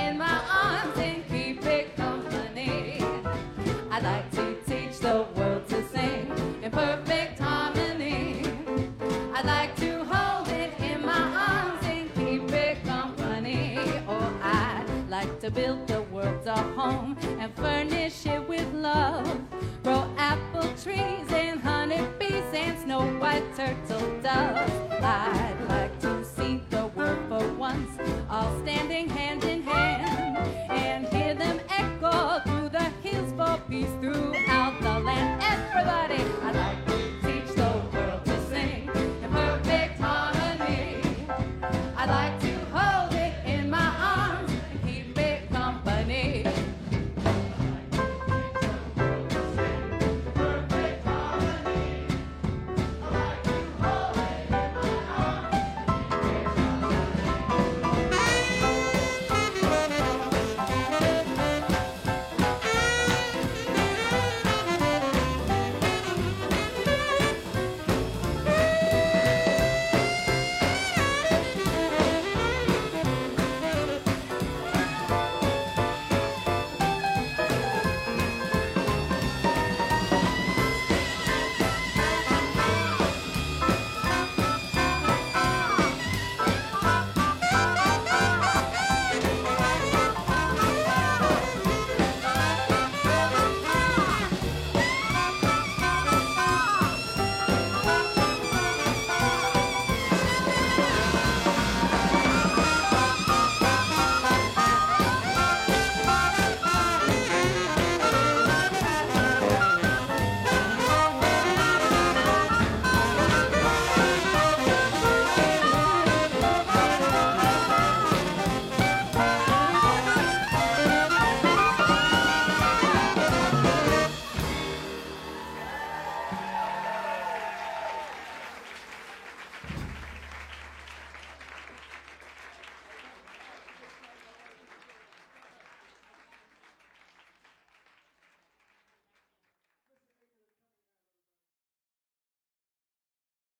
To build the world a home and furnish it with love. Grow apple trees and honeybees and snow white turtle doves. I'd like to see the world for once all stand